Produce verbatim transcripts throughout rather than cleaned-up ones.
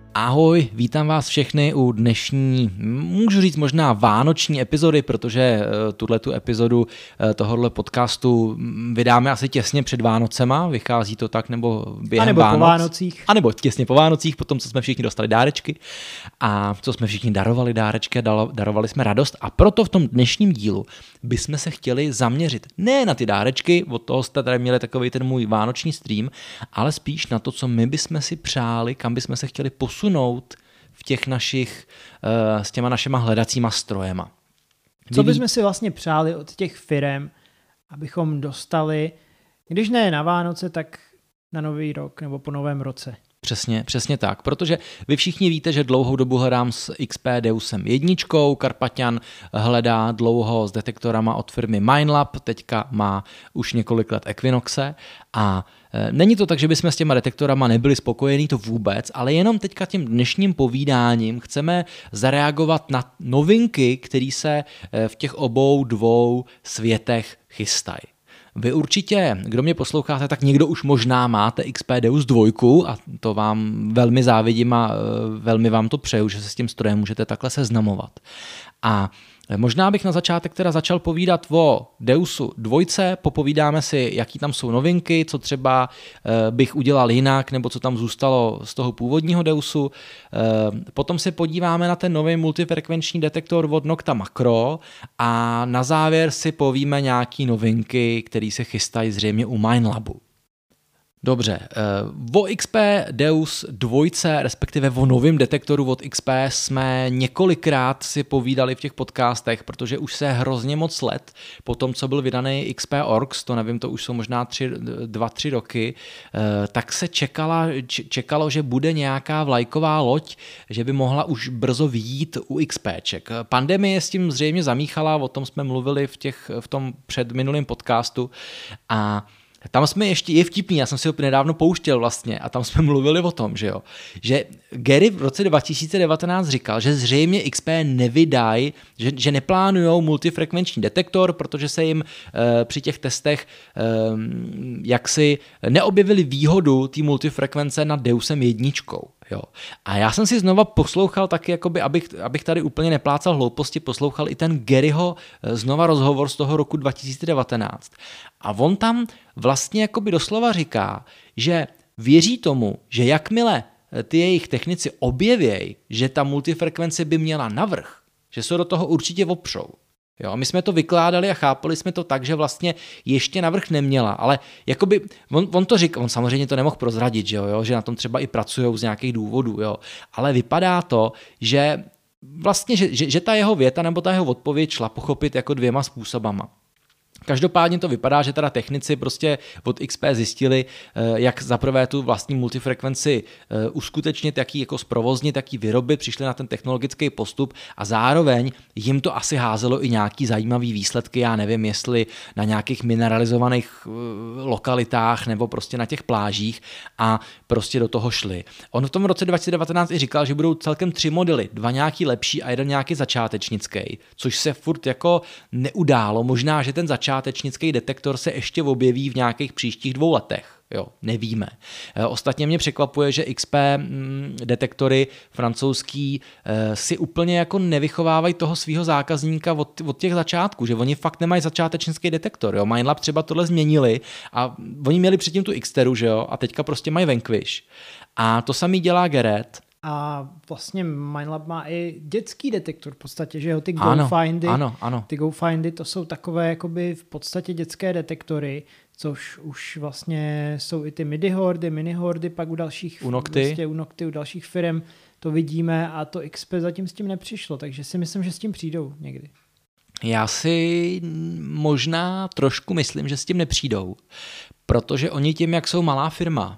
Ahoj, vítám vás všechny u dnešní, můžu říct možná vánoční epizody, protože tuhletu epizodu tohohle podcastu vydáme asi těsně před Vánocema, vychází to tak, nebo během a nebo Vánoc. po Vánocích. A nebo těsně po Vánocích, potom co jsme všichni dostali dárečky a co jsme všichni darovali dárečky a darovali jsme radost. A proto v tom dnešním dílu bychom se chtěli zaměřit ne na ty dárečky, od toho jste tady měli takový ten můj vánoční stream, ale spíš na to, co my bychom si přáli, kam bychom se chtěli posunout v těch našich, uh, s těma našima hledacíma strojema. Co bychom si vlastně přáli od těch firem, abychom dostali, když ne na Vánoce, tak na Nový rok nebo po Novém roce. Přesně, přesně tak, protože vy všichni víte, že dlouhou dobu hledám s X P Deusem jedničkou, Karpaťan hledá dlouho s detektorama od firmy Minelab, teďka má už několik let Equinoxe a e, není to tak, že bychom s těma detektorama nebyli spokojení, to vůbec, ale jenom teďka tím dnešním povídáním chceme zareagovat na novinky, které se e, v těch obou dvou světech chystají. Vy určitě, kdo mě posloucháte, tak někdo už možná máte X P Deus dva a to vám velmi závidím a velmi vám to přeju, že se s tím strojem můžete takhle seznamovat. A možná bych na začátek teda začal povídat o Deusu dvojce, popovídáme si, jaký tam jsou novinky, co třeba bych udělal jinak, nebo co tam zůstalo z toho původního Deusu. Potom se podíváme na ten nový multifrekvenční detektor od Nokta Makro a na závěr si povíme nějaký novinky, které se chystají zřejmě u Minelabu. Dobře, o X P Deus dva, respektive o novém detektoru od X P jsme několikrát si povídali v těch podcastech, protože už se hrozně moc let po tom, co byl vydaný X P Orks, to nevím, to už jsou možná tři, dva, tři roky, tak se čekala, čekalo, že bude nějaká vlajková loď, že by mohla už brzo vyjít u XPček. Pandemie s tím zřejmě zamíchala, o tom jsme mluvili v, těch, v tom předminulém podcastu a tam jsme ještě, je vtipný, já jsem si ho nedávno pouštěl vlastně a tam jsme mluvili o tom, že jo, že Gary v roce dva tisíce devatenáct říkal, že zřejmě X P nevydají, že, že neplánujou multifrekvenční detektor, protože se jim e, při těch testech e, jaksi neobjevili výhodu té multifrekvence nad Deusem jedničkou. Jo. A já jsem si znova poslouchal taky, jakoby, abych, abych tady úplně neplácal hlouposti, poslouchal i ten Garyho znova rozhovor z toho roku dva tisíce devatenáct. A on tam vlastně jakoby doslova říká, že věří tomu, že jakmile ty jejich technici objevějí, že ta multifrekvence by měla navrch, že se do toho určitě opřou. Jo, my jsme to vykládali a chápali jsme to tak, že vlastně ještě navrch neměla, ale jakoby, on, on to říkal, on samozřejmě to nemohl prozradit, že, jo, že na tom třeba i pracujou z nějakých důvodů, jo, ale vypadá to, že vlastně, že, že, že ta jeho věta nebo ta jeho odpověď šla pochopit jako dvěma způsobama. Každopádně to vypadá, že teda technici prostě od X P zjistili, jak zaprvé tu vlastní multifrekvenci uskutečnit, jak ji jako zprovoznit, jak ji vyrobit, přišli na ten technologický postup a zároveň jim to asi házelo i nějaký zajímavý výsledky, já nevím, jestli na nějakých mineralizovaných lokalitách nebo prostě na těch plážích a prostě do toho šli. On v tom roce dva tisíce devatenáct i říkal, že budou celkem tři modely, dva nějaký lepší a jeden nějaký začátečnický, což se furt jako neudálo, možná, že ten začátečnický Začátečnický detektor se ještě objeví v nějakých příštích dvou letech. Jo, nevíme. Ostatně mě překvapuje, že X P mm, detektory francouzský e, si úplně jako nevychovávají toho svého zákazníka od, od těch začátků, že oni fakt nemají začátečnický detektor. Jo. Minelab třeba tohle změnili a oni měli předtím tu Xteru, že jo, a teďka prostě mají Vanquish. A to samý dělá Garrett. A vlastně Minelab má i dětský detektor v podstatě, že jo, ty ano, GoFindy, ano, ano. ty GoFindy to jsou takové jakoby v podstatě dětské detektory, což už vlastně jsou i ty midi-hordy, mini-hordy, pak u dalších, u Nokty. Vlastně u Nokty, u dalších firm to vidíme a to X P zatím s tím nepřišlo, takže si myslím, že s tím přijdou někdy. Já si možná trošku myslím, že s tím nepřijdou, protože oni tím, jak jsou malá firma,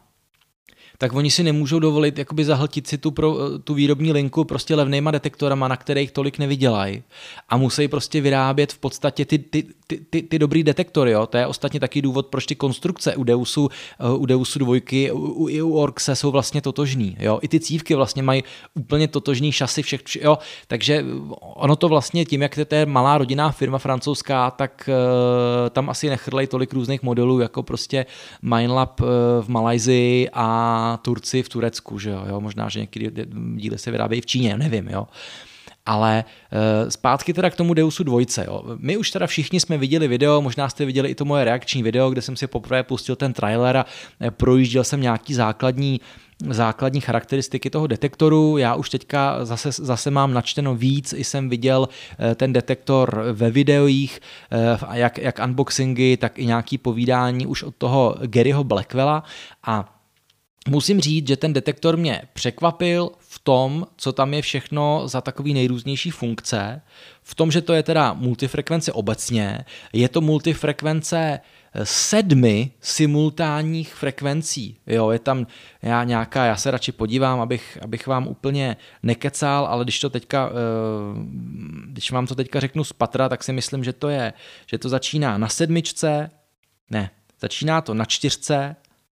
tak oni si nemůžou dovolit jakoby zahltit si tu, pro, tu výrobní linku prostě levnejma detektorama, na kterých tolik nevydělají. A musí prostě vyrábět v podstatě ty, ty, ty, ty, ty dobrý detektory, jo? To je ostatně taky důvod, proč ty konstrukce u Deusu, u Deusu dvojky, u, i u Orkse jsou vlastně totožný, jo? I ty cívky vlastně mají úplně totožný šasy všech, jo? Takže ono to vlastně tím, jak to je malá rodinná firma francouzská, tak uh, tam asi nechrlej tolik různých modelů, jako prostě Minelab uh, v Malajsii a Turci v Turecku, že jo? Jo? Možná, že některé díly se vyrábějí v Číně, nevím, jo? Ale e, zpátky teda k tomu Deusu dvojce. Jo. My už teda všichni jsme viděli video, možná jste viděli i to moje reakční video, kde jsem si poprvé pustil ten trailer a e, projížděl jsem nějaký základní, základní charakteristiky toho detektoru. Já už teďka zase, zase mám načteno víc, i jsem viděl e, ten detektor ve videích, e, jak, jak unboxingy, tak i nějaký povídání už od toho Garyho Blackwella a musím říct, že ten detektor mě překvapil v tom, co tam je všechno za takový nejrůznější funkce, v tom, že to je teda multifrekvence obecně, je to multifrekvence sedmi simultánních frekvencí. Jo, je tam já nějaká, já se radši podívám, abych, abych vám úplně nekecal, ale když to teďka, když vám to teďka řeknu z patra, tak si myslím, že to je, že to začíná na sedmičce, ne, začíná to na čtyřce,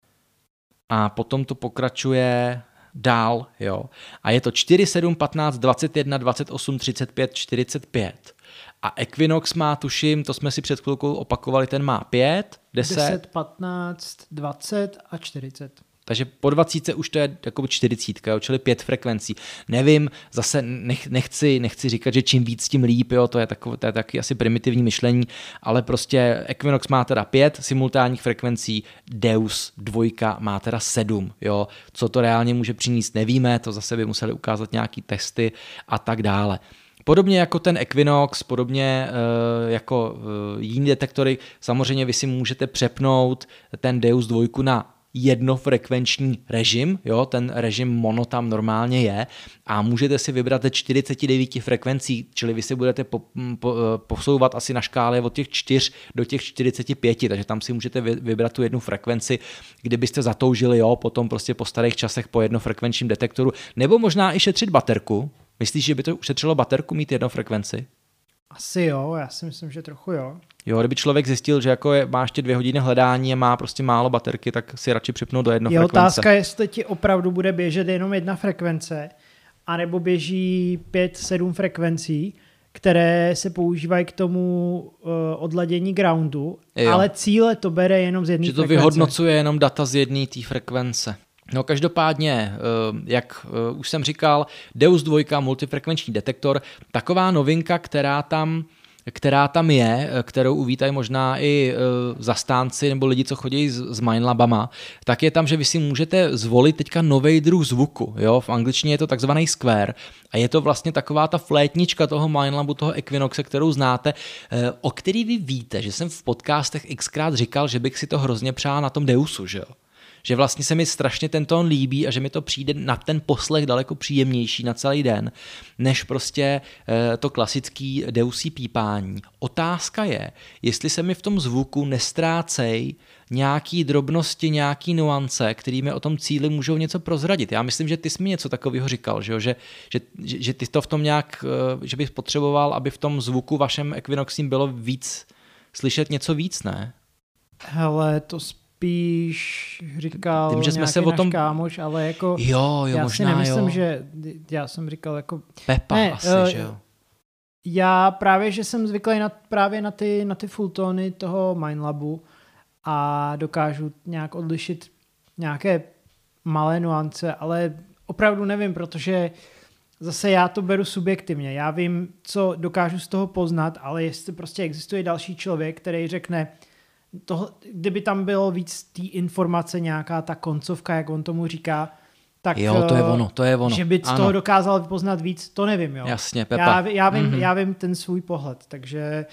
a potom to pokračuje dál, jo. A je to čtyři, sedm, patnáct, dvacet jedna, dvacet osm, třicet pět, čtyřicet pět. A Equinox má, tuším, to jsme si před chvilkou opakovali, ten má pět, deset. deset, patnáct, dvacet a čtyřicet. Takže po dvacítce už to je jako čtyřicítka, jo, čili pět frekvencí. Nevím, zase nech, nechci, nechci říkat, že čím víc, tím líp, jo, to je, takové, to je taky asi primitivní myšlení, ale prostě Equinox má teda pět simultánních frekvencí, Deus dvojka má teda sedm, jo. Co to reálně může přinést, nevíme, to zase by museli ukázat nějaký testy a tak dále. Podobně jako ten Equinox, podobně uh, jako uh, jiní detektory, samozřejmě vy si můžete přepnout ten Deus dvojku na jednofrekvenční režim, jo, ten režim mono tam normálně je a můžete si vybrat ze čtyřicet devět frekvencí, čili vy si budete po, po, posouvat asi na škále od těch čtyř do těch čtyřicet pět, takže tam si můžete vybrat tu jednu frekvenci, kdybyste zatoužili, jo, potom prostě po starých časech po jednofrekvenčním detektoru, nebo možná i šetřit baterku. Myslíš, že by to ušetřilo baterku mít jednofrekvenci? Asi jo, já si myslím, že trochu jo. Jo, kdyby člověk zjistil, že jako je, má ještě dvě hodiny hledání a má prostě málo baterky, tak si radši připnout do jedné je frekvence. Je otázka, jestli ti opravdu bude běžet jenom jedna frekvence, anebo běží pět, sedm frekvencí, které se používají k tomu uh, odladění groundu, jo. Ale cíle to bere jenom z jedné frekvence. Že to vyhodnocuje jenom data z jedné té frekvence. No každopádně, jak už jsem říkal, Deus dvojka, multifrekvenční detektor, taková novinka, která tam, která tam je, kterou uvítají možná i zastánci nebo lidi, co chodí s, s Minelabama, tak je tam, že vy si můžete zvolit teďka nový druh zvuku. Jo? V angličtině je to takzvaný square a je to vlastně taková ta flétnička toho Minelabu, toho Equinoxe, kterou znáte, o který vy víte, že jsem v podcastech xkrát říkal, že bych si to hrozně přál na tom Deusu, že jo? Že vlastně se mi strašně ten tón líbí a že mi to přijde na ten poslech daleko příjemnější na celý den, než prostě e, to klasický deusí pípání. Otázka je, jestli se mi v tom zvuku nestrácej nějaký drobnosti, nějaký nuance, kterými o tom cíli můžou něco prozradit. Já myslím, že ty jsi mi něco takového říkal, že, že, že, že ty to v tom nějak, že bys potřeboval, aby v tom zvuku vašem Equinoxím bylo víc, slyšet něco víc, ne? Hele, to spíš říkal Tím, že jsme se o tom... kámoš, ale jako jo, jo, já možná, si nemyslím, jo. že já jsem říkal jako Pepa ne, asi, uh, že jo. Já právě, že jsem zvyklý na, právě na ty, na ty fulltony toho Minelabu a dokážu nějak odlišit nějaké malé nuance, ale opravdu nevím, protože zase já to beru subjektivně. Já vím, co dokážu z toho poznat, ale jestli prostě existuje další člověk, který řekne, tohle, kdyby tam bylo víc té informace, nějaká ta koncovka, jak on tomu říká, tak jo, to je ono, to je ono. Že by z ano. toho dokázal vypoznat víc, to nevím. Jo. Jasně, Pepa. Já, já, vím, mm-hmm. já vím ten svůj pohled, takže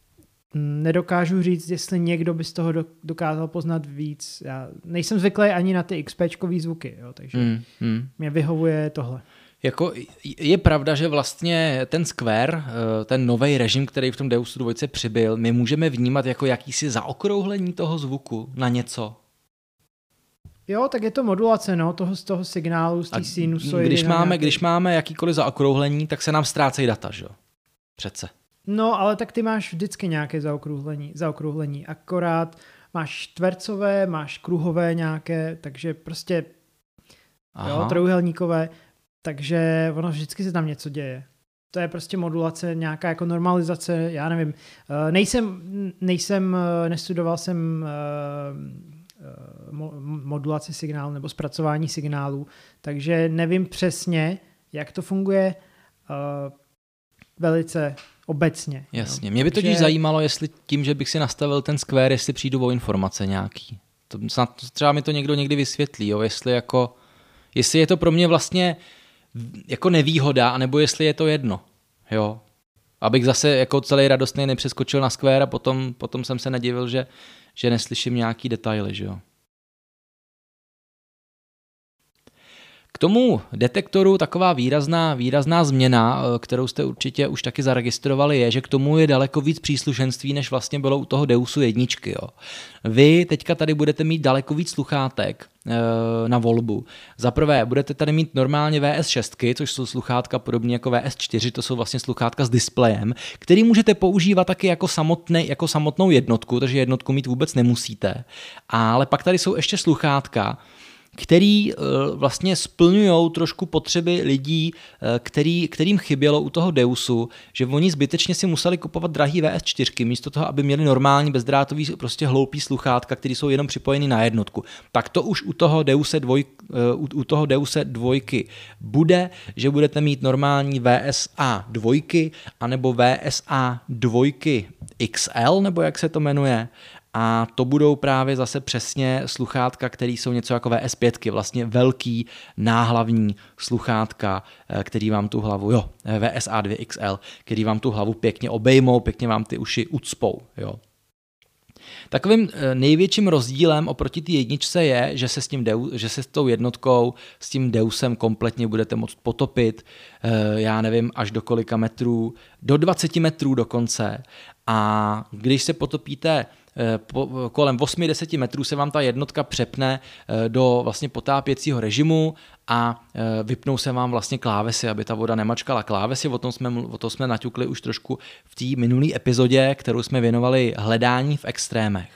nedokážu říct, jestli někdo by z toho dokázal poznat víc. Já nejsem zvyklý ani na ty XPčkový zvuky, jo, takže mm, mm. mě vyhovuje tohle. Jako je pravda, že vlastně ten Square, ten nový režim, který v tom Deusu dvojce přibyl, my můžeme vnímat jako jakýsi zaokrouhlení toho zvuku na něco. Jo, tak je to modulace, no, toho, z toho signálu, z té sinusoidy. Když máme, nějaký... když máme jakýkoliv zaokrouhlení, tak se nám ztrácejí data, že jo? Přece. No, ale tak ty máš vždycky nějaké zaokrouhlení, zaokrouhlení. Akorát máš čtvercové, máš kruhové nějaké, takže prostě jo, trojuhelníkové, takže ono vždycky se tam něco děje. To je prostě modulace, nějaká jako normalizace, já nevím. Nejsem, nejsem nestudoval jsem modulaci signálu nebo zpracování signálů, takže nevím přesně, jak to funguje velice obecně. Jasně. Jo. Mě by totiž že... zajímalo, jestli tím, že bych si nastavil ten square, jestli přijdu o informace nějaký. To, snad, třeba mi to někdo někdy vysvětlí, jo? Jestli, jako, jestli je to pro mě vlastně jako nevýhoda, anebo jestli je to jedno. Jo. Abych zase jako celý radostný nepřeskočil na square a potom, potom jsem se nedivil, že, že neslyším nějaký detaily. Že jo. K tomu detektoru taková výrazná, výrazná změna, kterou jste určitě už taky zaregistrovali, je, že k tomu je daleko víc příslušenství, než vlastně bylo u toho Deusu jedničky. Jo. Vy teďka tady budete mít daleko víc sluchátek e, na volbu. Za prvé, budete tady mít normálně V S šest, což jsou sluchátka podobně jako V S čtyři, to jsou vlastně sluchátka s displejem, který můžete používat taky jako, samotný, jako samotnou jednotku, takže jednotku mít vůbec nemusíte. Ale pak tady jsou ještě sluchátka, který vlastně splňují trošku potřeby lidí, který, kterým chybělo u toho Deusu, že oni zbytečně si museli kupovat drahý V S čtyři místo toho, aby měli normální bezdrátový prostě hloupý sluchátka, který jsou jenom připojeny na jednotku. Tak to už u toho Deuse, dvoj, u, u toho Deuse dvojky bude, že budete mít normální V S A dvojky anebo V S A dvojky X L, nebo jak se to jmenuje. A to budou právě zase přesně sluchátka, které jsou něco jako V S pět, vlastně velký náhlavní sluchátka, který vám tu hlavu, jo, V S A dva X L, který vám tu hlavu pěkně obejmou, pěkně vám ty uši ucpou, jo. Takovým největším rozdílem oproti té jedničce je, že se s tím Deus, že se s tou jednotkou, s tím Deusem kompletně budete moct potopit, já nevím, až do kolika metrů, do dvacet metrů dokonce. A když se potopíte po, kolem osm deset metrů, se vám ta jednotka přepne do vlastně potápěcího režimu a vypnou se vám vlastně klávesy, aby ta voda nemačkala klávesy. O tom jsme, o tom jsme naťukli už trošku v té minulé epizodě, kterou jsme věnovali hledání v extrémech.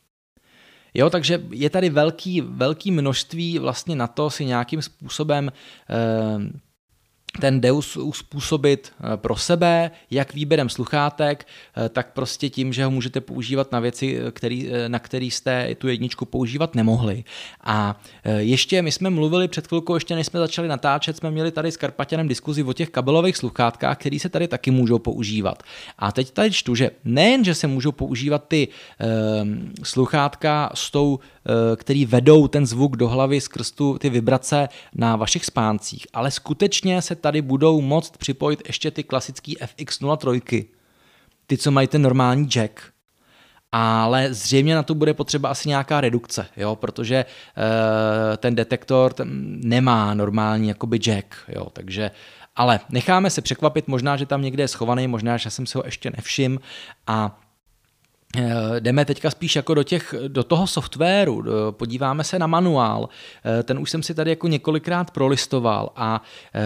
Jo, takže je tady velký, velký množství vlastně na to si nějakým způsobem eh, ten Deus uspůsobit pro sebe, jak výběrem sluchátek, tak prostě tím, že ho můžete používat na věci, který, na které jste tu jedničku používat nemohli. A ještě my jsme mluvili před chvilkou, ještě než jsme začali natáčet, jsme měli tady s Karpaťanem diskuzi o těch kabelových sluchátkách, které se tady taky můžou používat. A teď tady čtu, že nejen, že se můžou používat ty um, sluchátka s tou, uh, který vedou ten zvuk do hlavy skrz tu, ty vibrace na vašich spáncích, ale skutečně se tady budou moct připojit ještě ty klasický F X nula tři, ty, co mají ten normální jack. Ale zřejmě na to bude potřeba asi nějaká redukce, jo? Protože e, ten detektor ten nemá normální jakoby jack, jo? Takže, ale necháme se překvapit, možná, že tam někde je schovaný, možná, že jsem si ho ještě nevšiml a jdeme teďka spíš jako do, těch, do toho softwaru, podíváme se na manuál, ten už jsem si tady jako několikrát prolistoval a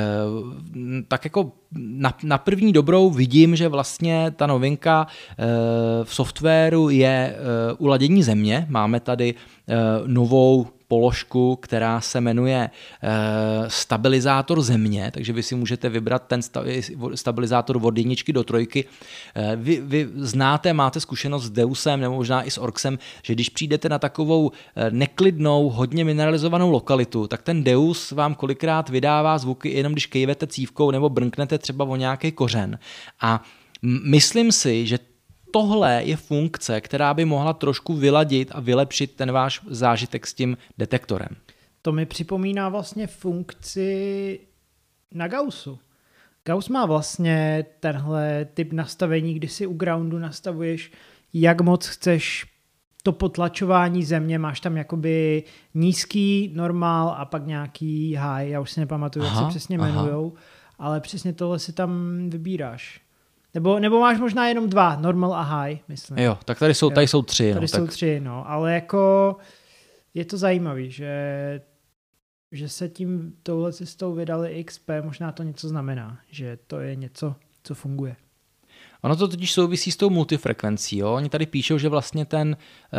tak jako na, na první dobrou vidím, že vlastně ta novinka v softwaru je uladění země, máme tady novou položku, která se jmenuje e, stabilizátor země, takže vy si můžete vybrat ten stabilizátor od jedničky do trojky. E, vy, vy znáte, máte zkušenost s Deusem nebo možná i s Orksem, že když přijdete na takovou neklidnou, hodně mineralizovanou lokalitu, tak ten Deus vám kolikrát vydává zvuky jenom když kejvete cívkou nebo brnknete třeba o nějaký kořen. A myslím si, že tohle je funkce, která by mohla trošku vyladit a vylepšit ten váš zážitek s tím detektorem. To mi připomíná vlastně funkci na Gaussu. Gauss má vlastně tenhle typ nastavení, kdy si u groundu nastavuješ, jak moc chceš to potlačování země, máš tam jakoby nízký normál a pak nějaký high, já už si nepamatuju, aha, jak se přesně jmenujou, ale přesně tohle si tam vybíráš. Nebo, nebo máš možná jenom dva, normal a high, myslím. Jo, tak tady jsou, tady jsou tři. Tady no, jsou tak... tři, no, ale jako je to zajímavý, že, že se tím touhle cestou vydali X P, možná to něco znamená, že to je něco, co funguje. Ono to totiž souvisí s tou multifrekvencí. Jo? Oni tady píšou, že vlastně ten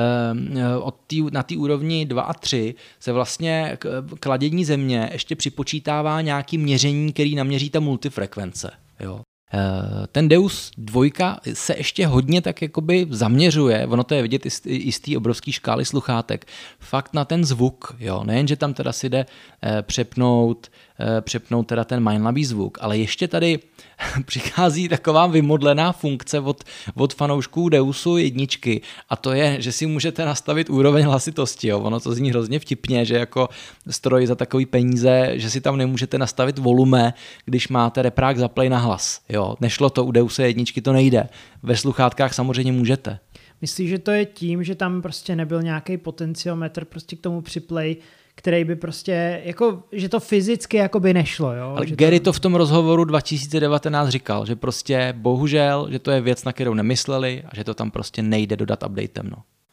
uh, od tý, na té úrovni dva a tři se vlastně kladění země ještě připočítává nějaký měření, který naměří ta multifrekvence. Jo? Ten Deus dvojka se ještě hodně tak jakoby zaměřuje, ono to je vidět i z té obrovské škály sluchátek, fakt na ten zvuk, jo, nejen, že tam teda si jde eh, přepnout, eh, přepnout teda ten Mindlabí zvuk, ale ještě tady přichází taková vymodlená funkce od, od fanoušků Deusu jedničky a to je, že si můžete nastavit úroveň hlasitosti, jo, ono to zní hrozně vtipně, že jako stroj za takový peníze, že si tam nemůžete nastavit volume, když máte reprák za play na hlas, jo. Jo, nešlo to, u Deuse jedničky to nejde. Ve sluchátkách samozřejmě můžete. Myslíš, že to je tím, že tam prostě nebyl nějaký potenciometr prostě k tomu připlay, který by prostě, jako, že to fyzicky jako by nešlo, jo? Ale že Gary to... to v tom rozhovoru dva tisíce devatenáct říkal, že prostě bohužel, že to je věc, na kterou nemysleli a že to tam prostě nejde dodat updatem, no.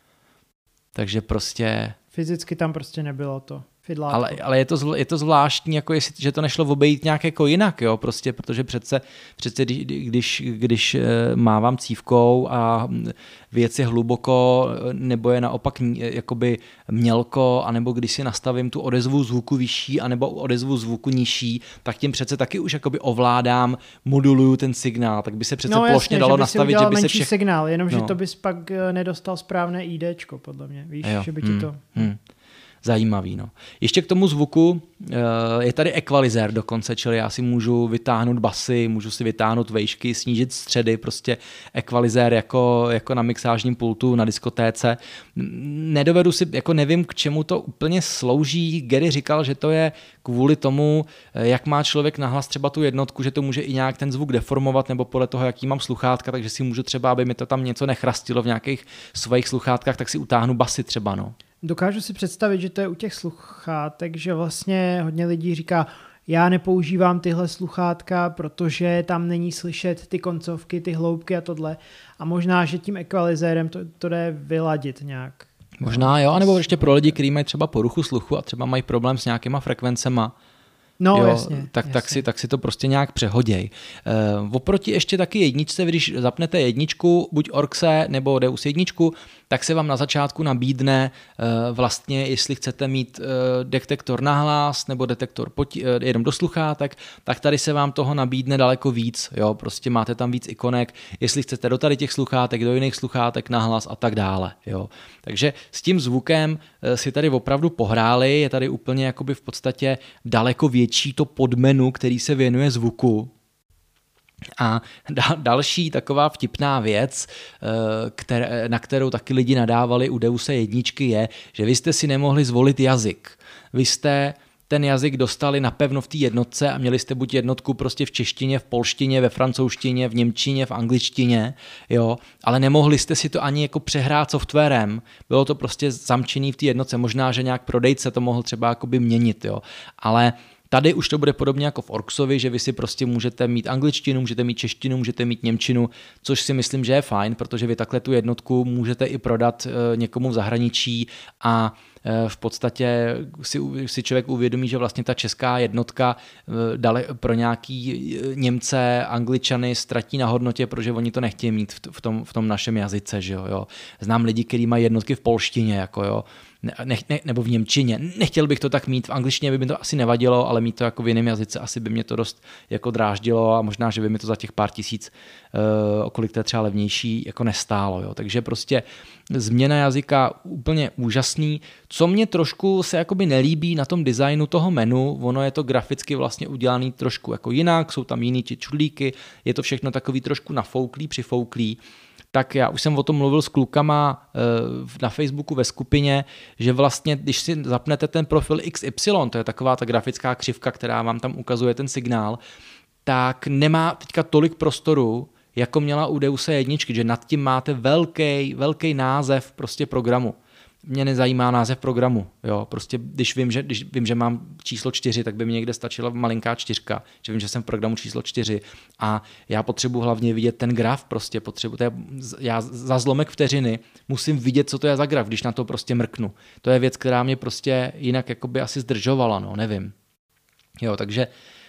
Takže prostě... Fyzicky tam prostě nebylo to. Ale, ale je, to zv, je to zvláštní, jako jestli, že to nešlo obejít nějak jako jinak, jo, prostě, protože přece, přece když, když, když mávám cívkou a věc je hluboko, nebo je naopak jakoby mělko, anebo když si nastavím tu odezvu zvuku vyšší, anebo odezvu zvuku nižší, tak tím přece taky už jakoby ovládám, moduluju ten signál, tak by se přece no, plošně jasně, dalo že by nastavit, si že by se menší všech... signál, jenomže no. to bys pak nedostal správné IDčko, podle mě, víš, jo. že by ti hmm. to... Hmm. Zajímavý, no. Ještě k tomu zvuku je tady ekvalizér dokonce, čili já si můžu vytáhnout basy, můžu si vytáhnout vejšky, snížit středy, prostě ekvalizér jako, jako na mixážním pultu, na diskotéce. Nedovedu si, jako nevím, k čemu to úplně slouží. Gary říkal, že to je kvůli tomu, jak má člověk nahlas třeba tu jednotku, že to může i nějak ten zvuk deformovat, nebo podle toho, jaký mám sluchátka, takže si můžu třeba, aby mi to tam něco nechrastilo v nějakých svých sluchátkách, tak si utáhnu basy třeba, no. Dokážu si představit, že to je u těch sluchátek, že vlastně hodně lidí říká, já nepoužívám tyhle sluchátka, protože tam není slyšet ty koncovky, ty hloubky a tohle. A možná, že tím ekvalizérem to, to jde vyladit nějak. Možná jo, anebo ještě pro lidi, kteří mají třeba poruchu sluchu a třeba mají problém s nějakýma frekvencema, No, jo, jasně, tak, jasně. Tak, si, tak si to prostě nějak přehoděj. Uh, oproti ještě taky jedničce, když zapnete jedničku, buď Orxe nebo Deus jedničku, tak se vám na začátku nabídne uh, vlastně, jestli chcete mít uh, detektor na hlas nebo detektor potí, uh, jenom do sluchátek, tak tady se vám toho nabídne daleko víc. Jo? Prostě máte tam víc ikonek, jestli chcete do tady těch sluchátek, do jiných sluchátek na hlas a tak dále. Jo? Takže s tím zvukem uh, si tady opravdu pohráli, je tady úplně jakoby v podstatě daleko větší to podmenu, který se věnuje zvuku. A další taková vtipná věc, které, na kterou taky lidi nadávali u Deuse jedničky je, že vy jste si nemohli zvolit jazyk. Vy jste ten jazyk dostali napevno v té jednotce a měli jste buď jednotku prostě v češtině, v polštině, ve francouzštině, v němčině, v angličtině, jo, ale nemohli jste si to ani jako přehrát softwarem. Bylo to prostě zamčený v té jednotce. Možná, že nějak prodejce to mohl třeba jakoby měnit, jo, ale tady už to bude podobně jako v Orxovi, že vy si prostě můžete mít angličtinu, můžete mít češtinu, můžete mít němčinu, což si myslím, že je fajn, protože vy takhle tu jednotku můžete i prodat někomu v zahraničí a v podstatě si, si člověk uvědomí, že vlastně ta česká jednotka dale, pro nějaký Němce, Angličany ztratí na hodnotě, protože oni to nechtějí mít v tom, v tom našem jazyce. Že jo, jo. Znám lidi, kteří mají jednotky v polštině, jako jo, ne, ne, nebo v němčině. Nechtěl bych to tak mít, v angličtině by mi to asi nevadilo, ale mít to jako v jiném jazyce asi by mě to dost jako dráždilo a možná, že by mi to za těch pár tisíc, uh, kolik to je třeba levnější, jako nestálo. Jo. Takže prostě změna jazyka úplně úžasný. Co mě trošku se jakoby nelíbí na tom designu toho menu, ono je to graficky vlastně udělaný trošku jako jinak, jsou tam jiný ti čudlíky, je to všechno takový trošku nafouklý, přifouklý. Tak já už jsem o tom mluvil s klukama na Facebooku ve skupině, že vlastně, když si zapnete ten profil X Y, to je taková ta grafická křivka, která vám tam ukazuje ten signál, tak nemá teďka tolik prostoru, jako měla u Deuse jedničky, že nad tím máte velký, velký název prostě programu. Mě nezajímá název programu, jo, prostě když vím, že, když vím, že mám číslo čtyři, tak by mi někde stačila malinká čtyřka, že vím, že jsem v programu číslo čtyři a já potřebuji hlavně vidět ten graf, prostě potřebuji, to je, já za zlomek vteřiny musím vidět, co to je za graf, když na to prostě mrknu. To je věc, která mě prostě jinak jakoby asi zdržovala, no, nevím. Jo, takže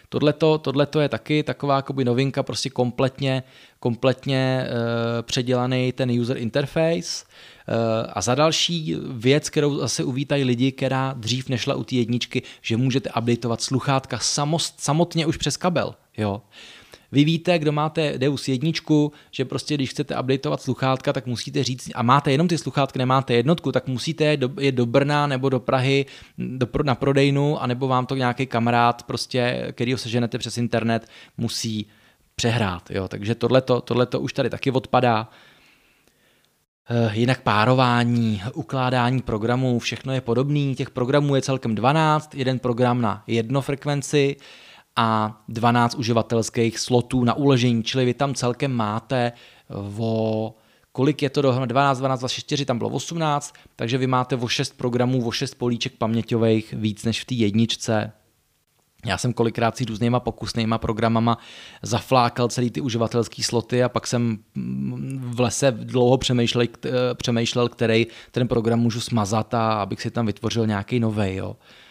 Tohleto, tohleto je taky taková jakoby novinka, prostě kompletně, kompletně uh, předělaný ten user interface. Uh, a za další věc, kterou zase uvítají lidi, která dřív nešla u té jedničky, že můžete updateovat sluchátka samost, samotně už přes kabel. Jo. Vy víte, kdo máte Deus jedničku, že prostě když chcete updateovat sluchátka, tak musíte říct, a máte jenom ty sluchátky, nemáte jednotku, tak musíte jít do, do Brna nebo do Prahy do, na prodejnu, anebo vám to nějaký kamarád, prostě, kterýho seženete přes internet, musí přehrát. Jo. Takže tohleto, tohleto už tady taky odpadá. Jinak párování, ukládání programů, všechno je podobný. Těch programů je celkem dvanáct, jeden program na jedno frekvenci a dvanáct uživatelských slotů na uložení, čili vy tam celkem máte o, kolik je to dohromady, dvanáct, dvanáct, dvacet čtyři, tam bylo osmnáct, takže vy máte o šest programů, o šest políček paměťových víc než v té jedničce. Já jsem kolikrát si různýma pokusnýma programama zaflákal celý ty uživatelský sloty a pak jsem v lese dlouho přemýšlel, přemýšlel který ten program můžu smazat a abych si tam vytvořil nějaký novej. Jo.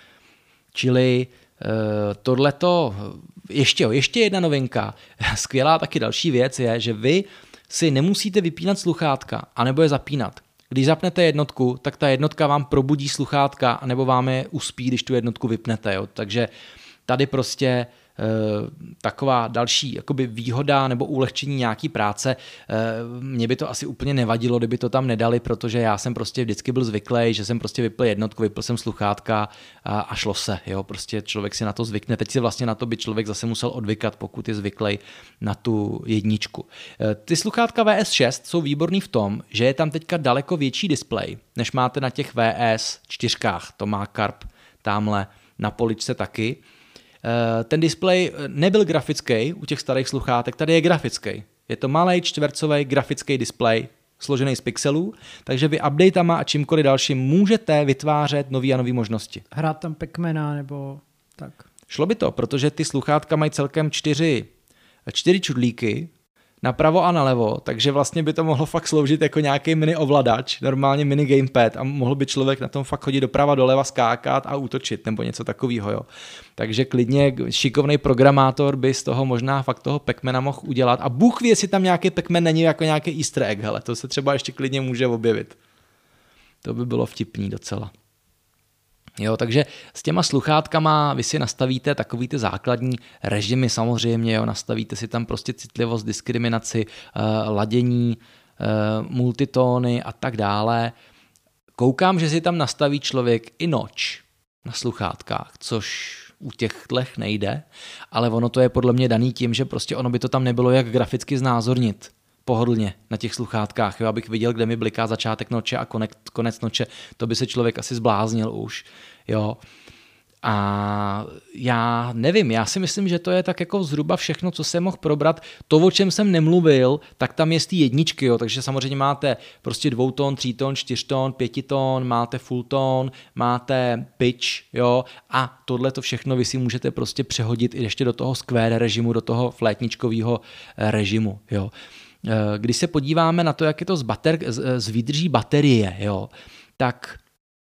Čili tohleto, ještě, jo, ještě jedna novinka, skvělá taky další věc je, že vy si nemusíte vypínat sluchátka, anebo je zapínat. Když zapnete jednotku, tak ta jednotka vám probudí sluchátka, anebo vám je uspí, když tu jednotku vypnete. Jo. Takže tady prostě e, taková další jakoby výhoda nebo ulehčení nějaký práce. E, mně by to asi úplně nevadilo, kdyby to tam nedali, protože já jsem prostě vždycky byl zvyklý, že jsem prostě vypl jednotku, vypl jsem sluchátka a, a šlo se. Jo. Prostě člověk si na to zvykne. Teď si vlastně na to by člověk zase musel odvykat, pokud je zvyklý na tu jedničku. E, ty sluchátka V S šest jsou výborný v tom, že je tam teďka daleko větší displej, než máte na těch V S čtyři. To má Karp tamhle na poličce taky. Ten displej nebyl grafický u těch starých sluchátek, tady je grafický. Je to malý čtvercový grafický displej složený z pixelů, takže vy updatama a čímkoliv dalším můžete vytvářet nový a nový možnosti. Hrát tam Pac-Mana nebo tak. Šlo by to, protože ty sluchátka mají celkem čtyři, čtyři čudlíky, napravo a nalevo, takže vlastně by to mohlo fakt sloužit jako nějaký mini ovladač, normálně mini gamepad a mohl by člověk na tom fakt chodit doprava doleva, skákat a útočit nebo něco takového. Jo. Takže klidně šikovný programátor by z toho možná fakt toho Pac-Mana mohl udělat a Bůh ví, jestli tam nějaký Pac-Man není jako nějaký easter egg, hele, to se třeba ještě klidně může objevit. To by bylo vtipný docela. Jo, takže s těma sluchátkama vy si nastavíte takový ty základní režimy samozřejmě, jo, nastavíte si tam prostě citlivost, diskriminaci, uh, ladění, uh, multitóny a tak dále. Koukám, že si tam nastaví člověk i noč na sluchátkách, což u těchtlech nejde, ale ono to je podle mě daný tím, že prostě ono by to tam nebylo jak graficky znázornit pohodlně na těch sluchátkách, jo, abych viděl, kde mi bliká začátek noče a konec, konec noče, to by se člověk asi zbláznil už, jo. A já nevím, já si myslím, že to je tak jako zhruba všechno, co jsem mohl probrat. To, o čem jsem nemluvil, tak tam je z té jedničky, jo, takže samozřejmě máte prostě dvoutón, trítón, čtyřtón, pětitón, máte fulltón, máte pitch, jo, a tohle to všechno vy si můžete prostě přehodit i ještě do toho square režimu, do toho flétničkového režimu, jo. Když se podíváme na to, jak je to z, bater, z výdrží baterie, jo, tak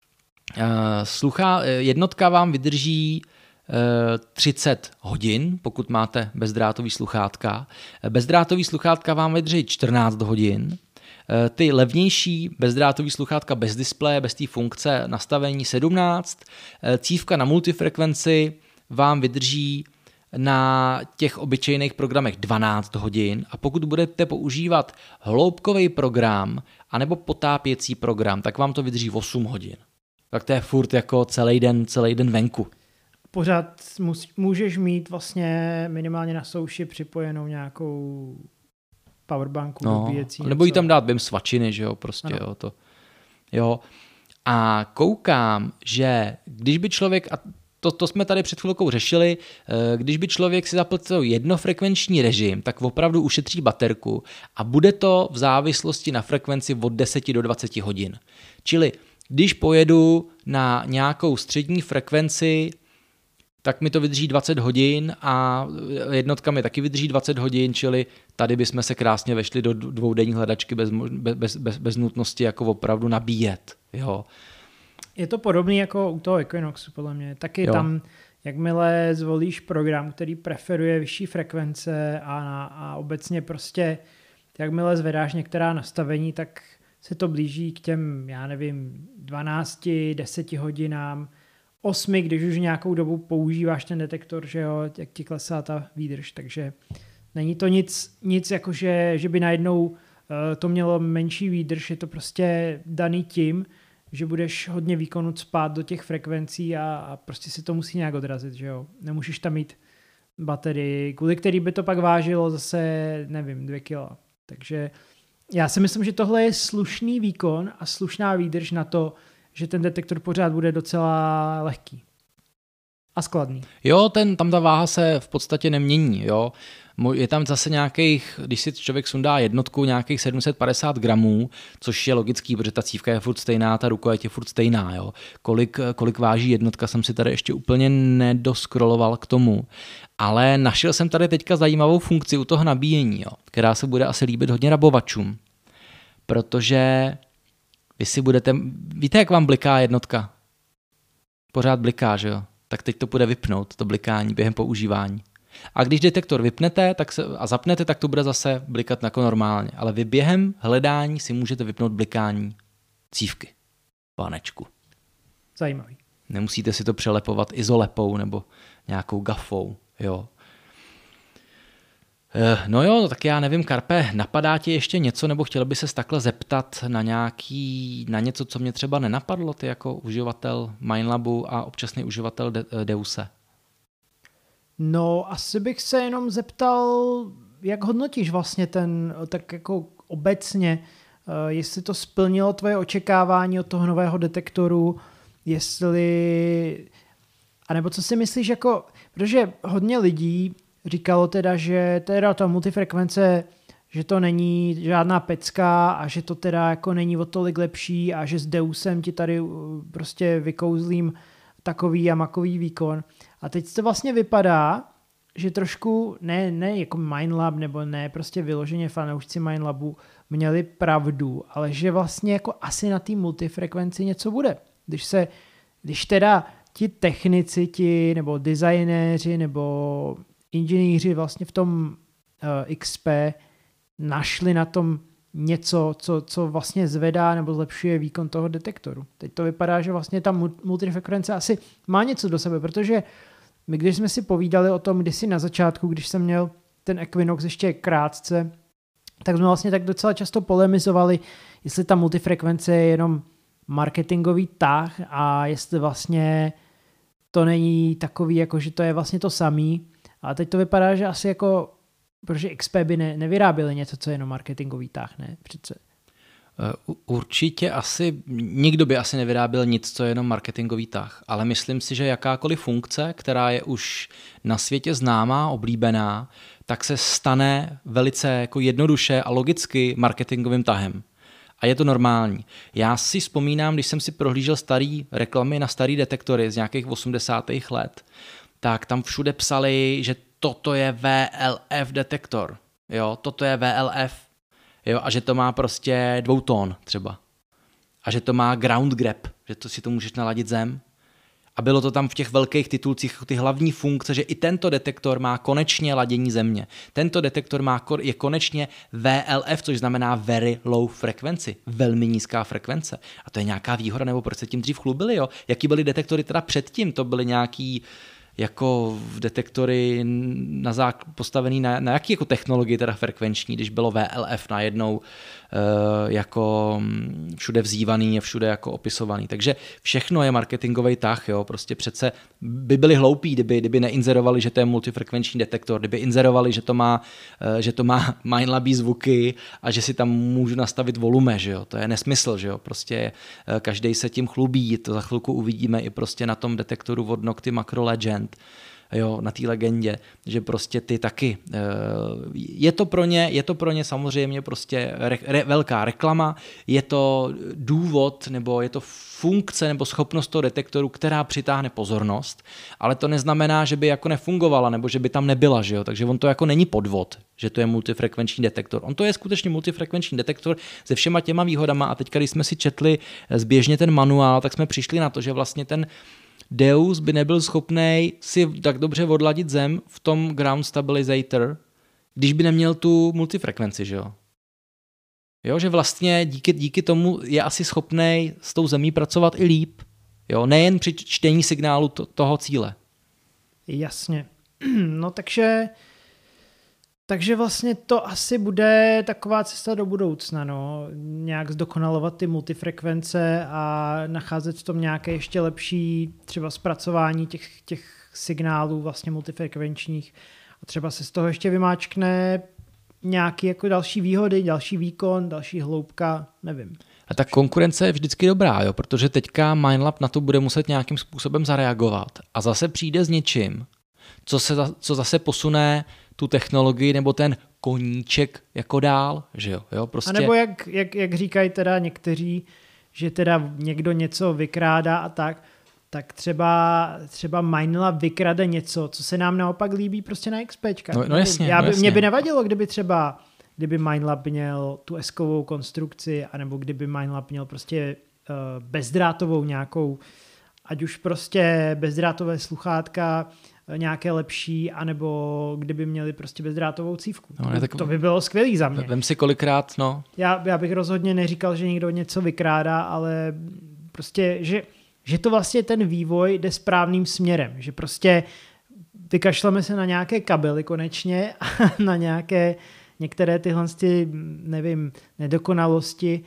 sluchá, jednotka vám vydrží třicet hodin, pokud máte bezdrátový sluchátka. Bezdrátový sluchátka vám vydrží čtrnáct hodin. Ty levnější bezdrátový sluchátka bez displeje, bez té funkce nastavení sedmnáct. Cívka na multifrekvenci vám vydrží na těch obyčejných programech dvanáct hodin a pokud budete používat hloubkový program anebo potápěcí program, tak vám to vydrží osm hodin. Tak to je furt jako celý den, celý den venku. Pořád můžeš mít vlastně minimálně na souši připojenou nějakou powerbanku, no, dobíjecí. Nebo jí tam dát bym svačiny, že jo, prostě, jo, to. Jo. A koukám, že když by člověk, a to, to jsme tady před chvilkou řešili, když by člověk si zapl jednofrekvenční režim, tak opravdu ušetří baterku a bude to v závislosti na frekvenci od deset do dvaceti hodin. Čili když pojedu na nějakou střední frekvenci, tak mi to vydrží dvacet hodin a jednotka mi taky vydrží dvacet hodin, čili tady bychom se krásně vešli do dvoudenní hledačky bez, bez, bez, bez nutnosti jako opravdu nabíjet. Jo. Je to podobný jako u toho Equinoxu, podle mě. Taky jo. tam jakmile zvolíš program, který preferuje vyšší frekvence a, a obecně prostě, jakmile zvedáš některá nastavení, tak se to blíží k těm, já nevím, dvanácti, deseti hodinám, osmi, když už nějakou dobu používáš ten detektor, že jo, jak ti klesá ta výdrž, takže není to nic, nic jako, že, že by najednou uh, to mělo menší výdrž, je to prostě daný tím, že budeš hodně výkonu spát do těch frekvencí a, a prostě si to musí nějak odrazit, že jo. Nemůžeš tam mít baterii, kvůli který by to pak vážilo zase, nevím, dvě kila. Takže já si myslím, že tohle je slušný výkon a slušná výdrž na to, že ten detektor pořád bude docela lehký a skladný. Jo, ten, tam ta váha se v podstatě nemění, jo. Je tam zase nějakých, když si člověk sundá jednotku, nějakých sedm set padesát gramů, což je logický, protože ta cívka je furt stejná, ta ruka je tě furt stejná, jo. Kolik, kolik váží jednotka, jsem si tady ještě úplně nedoskroloval k tomu. Ale našel jsem tady teďka zajímavou funkci u toho nabíjení, jo, která se bude asi líbit hodně rabovačům. Protože vy si budete, víte, jak vám bliká jednotka? Pořád bliká, že jo? Tak teď to bude vypnout, to blikání během používání. A když detektor vypnete tak se, a zapnete, tak to bude zase blikat jako normálně. Ale vy během hledání si můžete vypnout blikání cívky, pánečku. Zajímavý. Nemusíte si to přelepovat izolepou nebo nějakou gafou, jo. No jo, tak já nevím, Karpe, napadá ti ještě něco, nebo chtěl by ses takhle zeptat na nějaký, na něco, co mě třeba nenapadlo, ty jako uživatel Minelabu a občasný uživatel De- Deuse? No, asi bych se jenom zeptal, jak hodnotíš vlastně ten, tak jako obecně, jestli to splnilo tvoje očekávání od toho nového detektoru, jestli, anebo co si myslíš, jako, protože hodně lidí říkalo teda, že teda ta multifrekvence, že to není žádná pecka a že to teda jako není o tolik lepší a že s Deusem ti tady prostě vykouzlím takový a makový výkon. A teď to vlastně vypadá, že trošku, ne, ne jako Minelab nebo ne prostě vyloženě fanoušci Minelabu měli pravdu, ale že vlastně jako asi na té multifrekvenci něco bude. Když se, když teda ti technici, ti nebo designéři nebo inženýři vlastně v tom uh, X P našli na tom něco, co, co vlastně zvedá nebo zlepšuje výkon toho detektoru. Teď to vypadá, že vlastně ta multifrekvence asi má něco do sebe, protože my, když jsme si povídali o tom kdysi na začátku, když jsem měl ten Equinox ještě krátce, tak jsme vlastně tak docela často polemizovali, jestli ta multifrekvence je jenom marketingový tah a jestli vlastně to není takový, jako že to je vlastně to samý. A teď to vypadá, že asi jako, protože X P by ne, nevyráběli něco, co je jenom marketingový tah, ne? Přece. Určitě asi, nikdo by asi nevyráběl nic, co je jenom marketingový tah, ale myslím si, že jakákoliv funkce, která je už na světě známá, oblíbená, tak se stane velice jako jednoduše a logicky marketingovým tahem. A je to normální. Já si vzpomínám, když jsem si prohlížel starý reklamy na starý detektory z nějakých osmdesátých let, tak tam všude psali, že toto je V L F detektor, jo, toto je V L F, jo, a že to má prostě dvoutón třeba. A že to má ground grab, že to si to můžeš naladit zem. A bylo to tam v těch velkých titulcích ty hlavní funkce, že i tento detektor má konečně ladění země. Tento detektor má, je konečně V L F, což znamená very low frequency, velmi nízká frekvence. A to je nějaká výhoda, nebo proč se tím dřív chlubili, jo? Jaký byly detektory teda předtím? To byly nějaký jako detektory na zák- postavený na, na jaký jako technologii teda frekvenční, když bylo V L F najednou e, jako všude vzývaný a všude jako opisovaný. Takže všechno je marketingový tah, jo, prostě přece by byli hloupí, kdyby, kdyby neinzerovali, že to je multifrekvenční detektor, kdyby inzerovali, že to má, e, že to má Minelabí zvuky a že si tam můžu nastavit volume, že jo, to je nesmysl, že jo, prostě e, každej se tím chlubí, to za chvilku uvidíme i prostě na tom detektoru od Nocti Macro Legend, jo, na té legendě, že prostě ty taky. Je to pro ně, je to pro ně samozřejmě prostě re, re, velká reklama, je to důvod, nebo je to funkce, nebo schopnost toho detektoru, která přitáhne pozornost, ale to neznamená, že by jako nefungovala, nebo že by tam nebyla, že jo, takže on to jako není podvod, že to je multifrekvenční detektor. On to je skutečně multifrekvenční detektor se všema těma výhodama a teďka, když jsme si četli zběžně ten manuál, tak jsme přišli na to, že vlastně ten Deus by nebyl schopný si tak dobře odladit zem v tom ground stabilizator, když by neměl tu multifrekvenci, že jo? Jo, že vlastně díky, díky tomu je asi schopný s tou zemí pracovat i líp. Jo, nejen při čtení signálu to, toho cíle. Jasně. No takže takže vlastně to asi bude taková cesta do budoucna, no. Nějak zdokonalovat ty multifrekvence a nacházet v tom nějaké ještě lepší třeba zpracování těch, těch signálů vlastně multifrekvenčních. A třeba se z toho ještě vymáčkne nějaký jako další výhody, další výkon, další hloubka, nevím. A ta konkurence je vždycky dobrá, jo, protože teďka Minelab na to bude muset nějakým způsobem zareagovat a zase přijde s něčím, co, se, co zase posune tu technologii nebo ten koníček jako dál, že jo, jo prostě. A nebo jak, jak, jak říkají teda někteří, že teda někdo něco vykrádá a tak, tak třeba, třeba Minelab vykrade něco, co se nám naopak líbí prostě na XPčkách. No, no jasně, Já by, no jasně. Mě by nevadilo, kdyby třeba kdyby Minelab měl tu eskovou konstrukci, anebo kdyby Minelab měl prostě uh, bezdrátovou nějakou, ať už prostě bezdrátové sluchátka, nějaké lepší, anebo kdyby měli prostě bezdrátovou cívku. No, ne, tak to by bylo skvělý za mě. Vem si kolikrát, no. Já, já bych rozhodně neříkal, že někdo něco vykrádá, ale prostě, že, že to vlastně ten vývoj jde správným směrem, že prostě vykašleme se na nějaké kabely konečně a na nějaké některé tyhle, nevím, nedokonalosti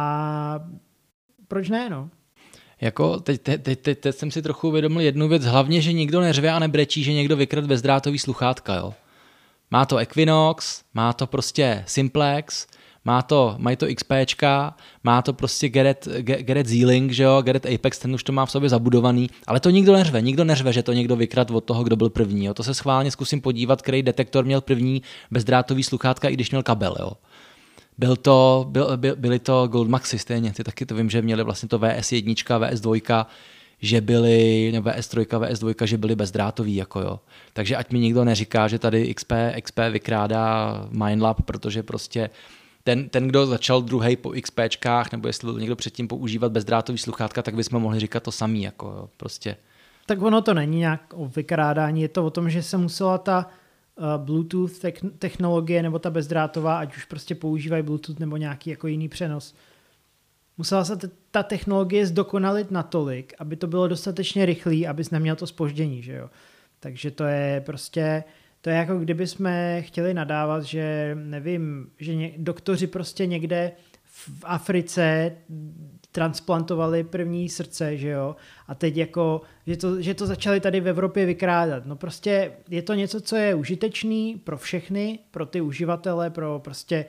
a proč ne, no? Jako teď, teď, teď, teď, teď jsem si trochu uvědomil jednu věc, hlavně, že nikdo neřve a nebrečí, že někdo vykradl bezdrátový sluchátka, jo. Má to Equinox, má to prostě Simplex, má to, mají to XPčka, má to prostě Garrett, Garrett Z-Link, že jo, Garrett Apex, ten už to má v sobě zabudovaný, ale to nikdo neřve, nikdo neřve, že to někdo vykradl od toho, kdo byl první, jo. To se schválně zkusím podívat, který detektor měl první bezdrátový sluchátka, i když měl kabel, jo. Byl to, byl, byl, byly to Goldmaxy stejně, ty taky to vím, že měli vlastně to V S jedna, V S dva, že byly, nebo V S tři, V S dva, že byly bezdrátový, jako jo. Takže ať mi nikdo neříká, že tady X P, X P vykrádá Minelab, protože prostě ten, ten kdo začal druhej po XPčkách, nebo jestli byl někdo předtím používat bezdrátový sluchátka, tak bychom mohli říkat to samý, jako jo, prostě. Tak ono to není nějak o vykrádání, je to o tom, že se musela ta Bluetooth technologie nebo ta bezdrátová, ať už prostě používají Bluetooth nebo nějaký jako jiný přenos. Musela se ta technologie zdokonalit natolik, aby to bylo dostatečně rychlý, abys neměl to zpoždění, že jo. Takže to je prostě, to je jako kdyby jsme chtěli nadávat, že nevím, že ně, doktoři prostě někde v Africe transplantovali první srdce, že jo, a teď jako, že to, že to začali tady v Evropě vykrádat. No prostě je to něco, co je užitečný pro všechny, pro ty uživatele, pro prostě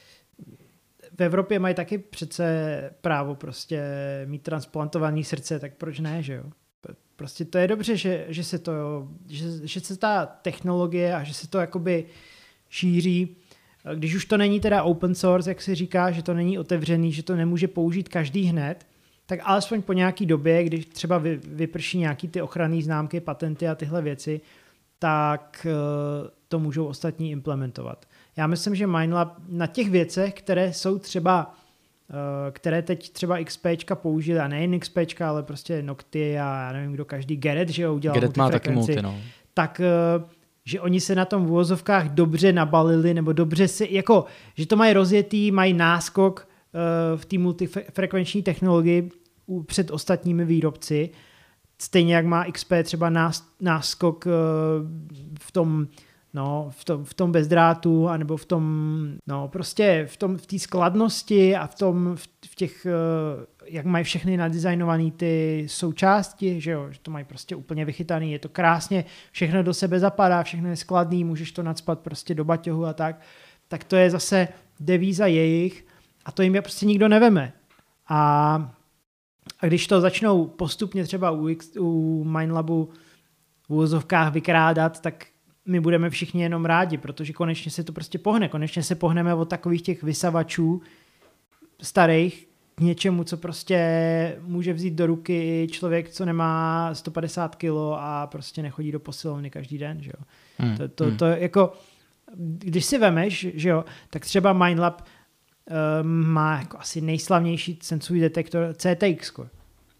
v Evropě mají taky přece právo prostě mít transplantované srdce, tak proč ne, že jo? Prostě to je dobře, že, že se to, že, že se ta technologie a že se to jakoby šíří. Když už to není teda open source, jak se říká, že to není otevřený, že to nemůže použít každý hned, tak alespoň po nějaký době, když třeba vy, vyprší nějaký ty ochranné známky, patenty a tyhle věci, tak uh, to můžou ostatní implementovat. Já myslím, že Minelab na těch věcech, které jsou třeba, uh, které teď třeba XPčka použili, a nejen XPčka, ale prostě Nocty a já nevím kdo, každý Garrett, že jo, udělal Garrett má taky multi, no. Tak uh, že oni se na tom v uvozovkách dobře nabalili, nebo dobře si, jako, že to mají rozjetý, mají náskok uh, v té multifrekvenční technologii u, před ostatními výrobci, stejně jak má X P třeba nás, náskok uh, v tom, no, v tom, v tom bezdrátu, anebo v tom, no, prostě v tom, v té skladnosti a v tom, v, v těch, uh, jak mají všechny nadizajnované ty součásti, že jo, že to mají prostě úplně vychytaný, je to krásně, všechno do sebe zapadá, všechno je skladný, můžeš to nacpat prostě do baťohu a tak, tak to je zase devíza jejich a to jim je prostě nikdo neveme. A, a když to začnou postupně třeba u, X, u Minelabu v úvozovkách vykrádat, tak my budeme všichni jenom rádi, protože konečně se to prostě pohne, konečně se pohneme od takových těch vysavačů starých k něčemu, co prostě může vzít do ruky člověk, co nemá sto padesát kilo a prostě nechodí do posilovny každý den, že jo. Hmm. To, to, to jako, když si vemeš, že jo, tak třeba Minelab um, má jako asi nejslavnější sensový detektor C T X.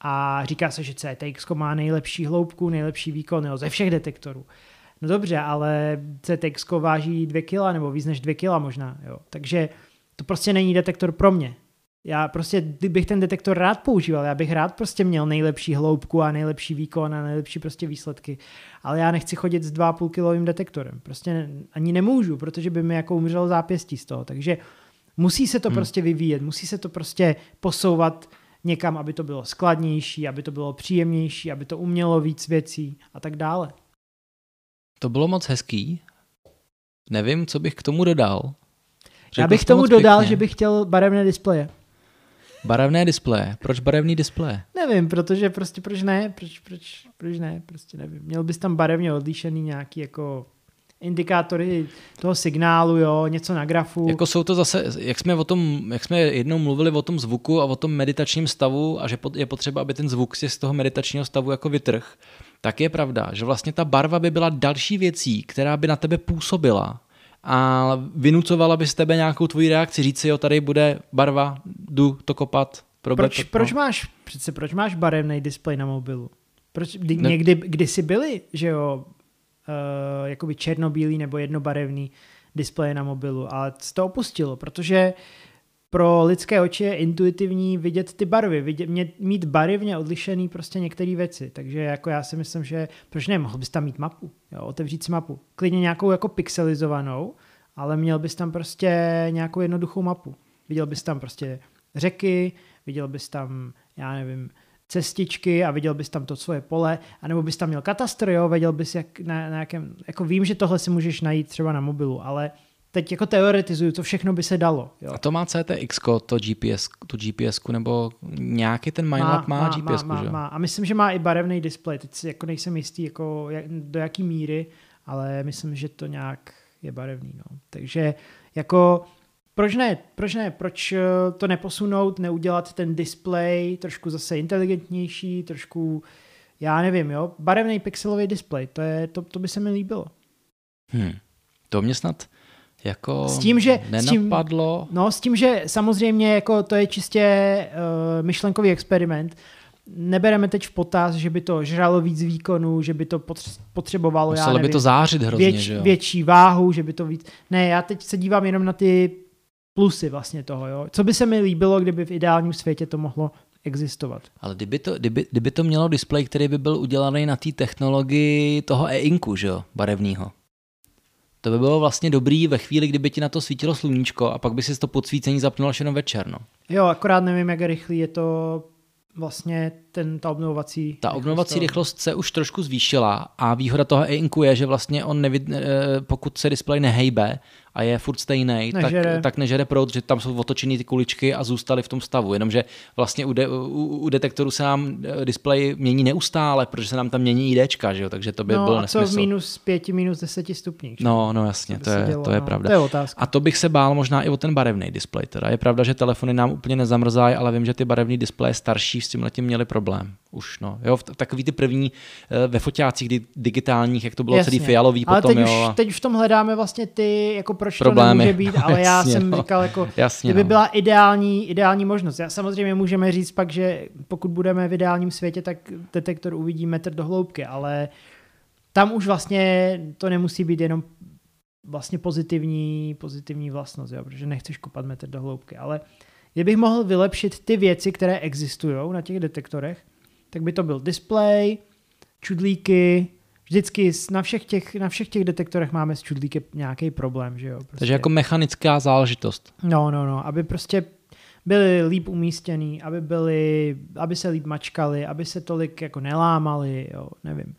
a říká se, že C T X má nejlepší hloubku, nejlepší výkon, jo, ze všech detektorů. No dobře, ale C T X váží dvě kila nebo víc než dvě kila možná, jo. Takže to prostě není detektor pro mě. Já prostě, kdybych ten detektor rád používal, já bych rád prostě měl nejlepší hloubku a nejlepší výkon a nejlepší prostě výsledky, ale já nechci chodit s dva a půl kilovým detektorem. Prostě ani nemůžu, protože by mi jako umřelo zápěstí z toho. Takže musí se to hmm. prostě vyvíjet, musí se to prostě posouvat někam, aby to bylo skladnější, aby to bylo příjemnější, aby to umělo víc věcí a tak dále. To bylo moc hezký. Nevím, co bych k tomu dodal. Řekl Já bych tomu dodal, pěkně. Že bych chtěl barevné displeje. Barevné displeje? Proč barevný displeje? Nevím, protože prostě proč ne, proč, proč, proč ne, prostě nevím. Měl bys tam barevně odlišený nějaký jako indikátory toho signálu, jo, něco na grafu. Jako jsou to zase, jak jsme o tom, jak jsme jednou mluvili o tom zvuku a o tom meditačním stavu a že je potřeba, aby ten zvuk si z toho meditačního stavu jako vytrh, tak je pravda, že vlastně ta barva by byla další věcí, která by na tebe působila a vynucovala by z tebe nějakou tvoji reakci, říct si, jo, tady bude barva, jdu to kopat. Proč, to, proč, no. máš, přece, proč máš barevný displej na mobilu? Proč, kdy, ne. Někdy, kdysi byly, že jo, uh, jakoby černobílý nebo jednobarevný displeje na mobilu, ale se to opustilo, protože pro lidské oči je intuitivní vidět ty barvy, vidět, mít barevně odlišený prostě některé věci, takže jako já si myslím, že proč ne, mohl bys tam mít mapu, jo, otevřít si mapu, klidně nějakou jako pixelizovanou, ale měl bys tam prostě nějakou jednoduchou mapu, viděl bys tam prostě řeky, viděl bys tam, já nevím, cestičky a viděl bys tam to svoje pole, anebo bys tam měl katastr, jo, věděl bys jak, na, na jakém, jako vím, že tohle si můžeš najít třeba na mobilu, ale teď jako teoretizuju, to všechno by se dalo. Jo. A to má C T X, to G P S, tu G P S, nebo nějaký ten MindLab má, má, má G P S, má, že? Má. A myslím, že má i barevný displej. Teď si jako nejsem jistý, jako jak, do jaký míry, ale myslím, že to nějak je barevný. No. Takže jako proč ne? Proč ne? Proč to neposunout, neudělat ten displej trošku zase inteligentnější, trošku, já nevím, jo, barevný pixelový displej, to, je, to, to by se mi líbilo. Hmm. To mě snad jako s tím, že, nenapadlo. S tím, no s tím, že samozřejmě jako to je čistě uh, myšlenkový experiment. Nebereme teď v potaz, že by to žralo víc výkonu, že by to potřebovalo, Muselo já nevím, by to zářit hrozně, věč, že jo? větší váhu, že by to víc... Ne, já teď se dívám jenom na ty plusy vlastně toho, jo. Co by se mi líbilo, kdyby v ideálním světě to mohlo existovat. Ale kdyby to, kdyby, kdyby to mělo displej, který by byl udělaný na té technologii toho e-inku, že jo, barevného. To by bylo vlastně dobrý ve chvíli, kdyby ti na to svítilo sluníčko a pak by si to podsvícení zapnul až jenom večer, no. Jo, akorát nevím, jak rychlý je to vlastně ten, ta obnovovací Ta obnovovací rychlost se už trošku zvýšila a výhoda toho e-inku je, že vlastně on nevid, pokud se displej nehejbe a je furt stejný, tak, tak nežere proud, že tam jsou otočený ty kuličky a zůstaly v tom stavu. Jenomže vlastně u, de, u, u detektoru se nám displej mění neustále, protože se nám tam mění IDčka, že jo? Takže to by no, byl a nesmysl. co v minus pěti, minus deseti stupních? No, no jasně, to, to, je, dělo, to je no. pravda. To je otázka. A to bych se bál možná i o ten barevný displej. Teda je pravda, že telefony nám úplně nezamrzají, ale vím, že ty barevný displeje starší s tímhletím měli problém. Už no. Jo, takový ty první ve foťácích digitálních, jak to bylo jasně. celý fialový ale potom, teď jo. Už, teď už v tom hledáme vlastně ty, jako proč problémy. To nemůže být, ale já jasně, jsem no. říkal, jako jasně, kdyby no. byla ideální, ideální možnost. Já samozřejmě můžeme říct pak, že pokud budeme v ideálním světě, tak detektor uvidí metr do hloubky, ale tam už vlastně to nemusí být jenom vlastně pozitivní, pozitivní vlastnost, jo, protože nechceš kopat metr do hloubky, ale kdybych mohl vylepšit ty věci, které existují na těch detektorech, tak by to byl display, čudlíky, vždycky na všech těch, na všech těch detektorech máme s čudlíky nějaký problém, že jo. Prostě. Takže jako mechanická záležitost. No, no, no, aby prostě byly líp umístěný, aby byly, aby se líp mačkali, aby se tolik jako nelámali, jo, nevím.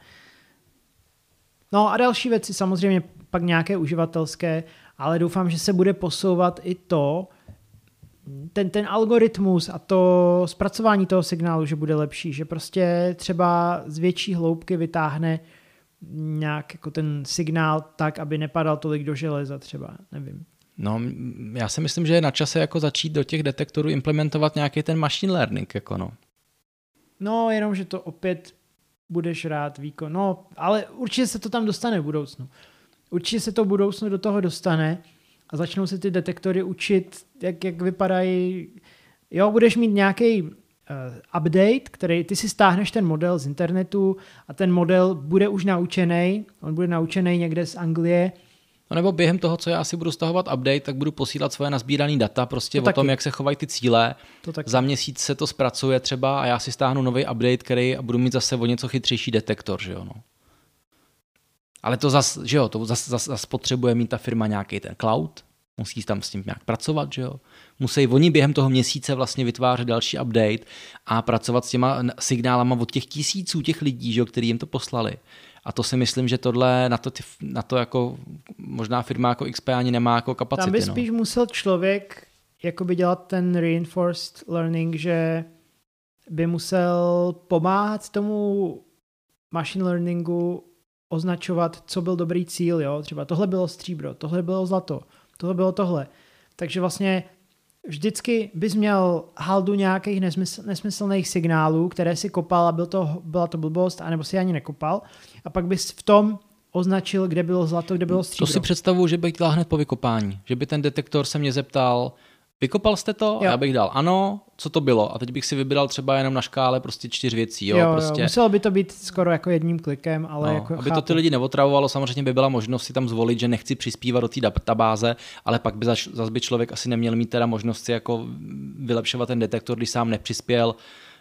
No a další věci samozřejmě pak nějaké uživatelské, ale doufám, že se bude posouvat i to, ten, ten algoritmus a to zpracování toho signálu, že bude lepší, že prostě třeba z větší hloubky vytáhne nějak jako ten signál tak, aby nepadal tolik do železa třeba, nevím. No, já si myslím, že je na čase jako začít do těch detektorů implementovat nějaký ten machine learning, jako no. No, jenom, že to opět budeš rád výkon. No, ale určitě se to tam dostane v budoucnu. Určitě se to v budoucnu do toho dostane a začnou se ty detektory učit, jak, jak vypadají. Jo, budeš mít nějaký uh, update, který ty si stáhneš ten model z internetu a ten model bude už naučený, on bude naučený někde z Anglie. No nebo během toho, co já si budu stahovat update, tak budu posílat svoje nazbírané data prostě to o taky. tom, jak se chovají ty cíle. Za měsíc se to zpracuje třeba a já si stáhnu nový update, který a budu mít zase o něco chytřejší detektor, že jo, no. Ale to zas, že jo, to zas, zas, zas potřebuje mít ta firma nějaký ten cloud, musí tam s tím nějak pracovat, že jo. Musí oni během toho měsíce vlastně vytvářet další update a pracovat s těma signálama od těch tisíců těch lidí, že jo, který jim to poslali. A to si myslím, že tohle na to, na to jako možná firma jako X P ani nemá jako kapacity. Tam by spíš no. musel člověk jakoby dělat ten reinforced learning, že by musel pomáhat tomu machine learningu označovat, co byl dobrý cíl, jo? Třeba tohle bylo stříbro, tohle bylo zlato, tohle bylo tohle. Takže vlastně vždycky bys měl haldu nějakých nesmysl, nesmyslných signálů, které si kopal a byl to, byla to blbost, anebo si ani nekopal. A pak bys v tom označil, kde bylo zlato, kde bylo stříbro. To si představuji, že bych dělal hned po vykopání. Že by ten detektor se mě zeptal, vykopal jste to? A já bych dal ano, co to bylo? A teď bych si vybral třeba jenom na škále prostě čtyř věcí. Jo, jo, prostě. jo. Muselo by to být skoro jako jedním klikem, ale no, jako aby chápu. to ty lidi neotravovalo, samozřejmě by byla možnost si tam zvolit, že nechci přispívat do té databáze, ale pak by zase by člověk asi neměl mít teda možnost si jako vylepšovat ten detektor, když sám nepřispěl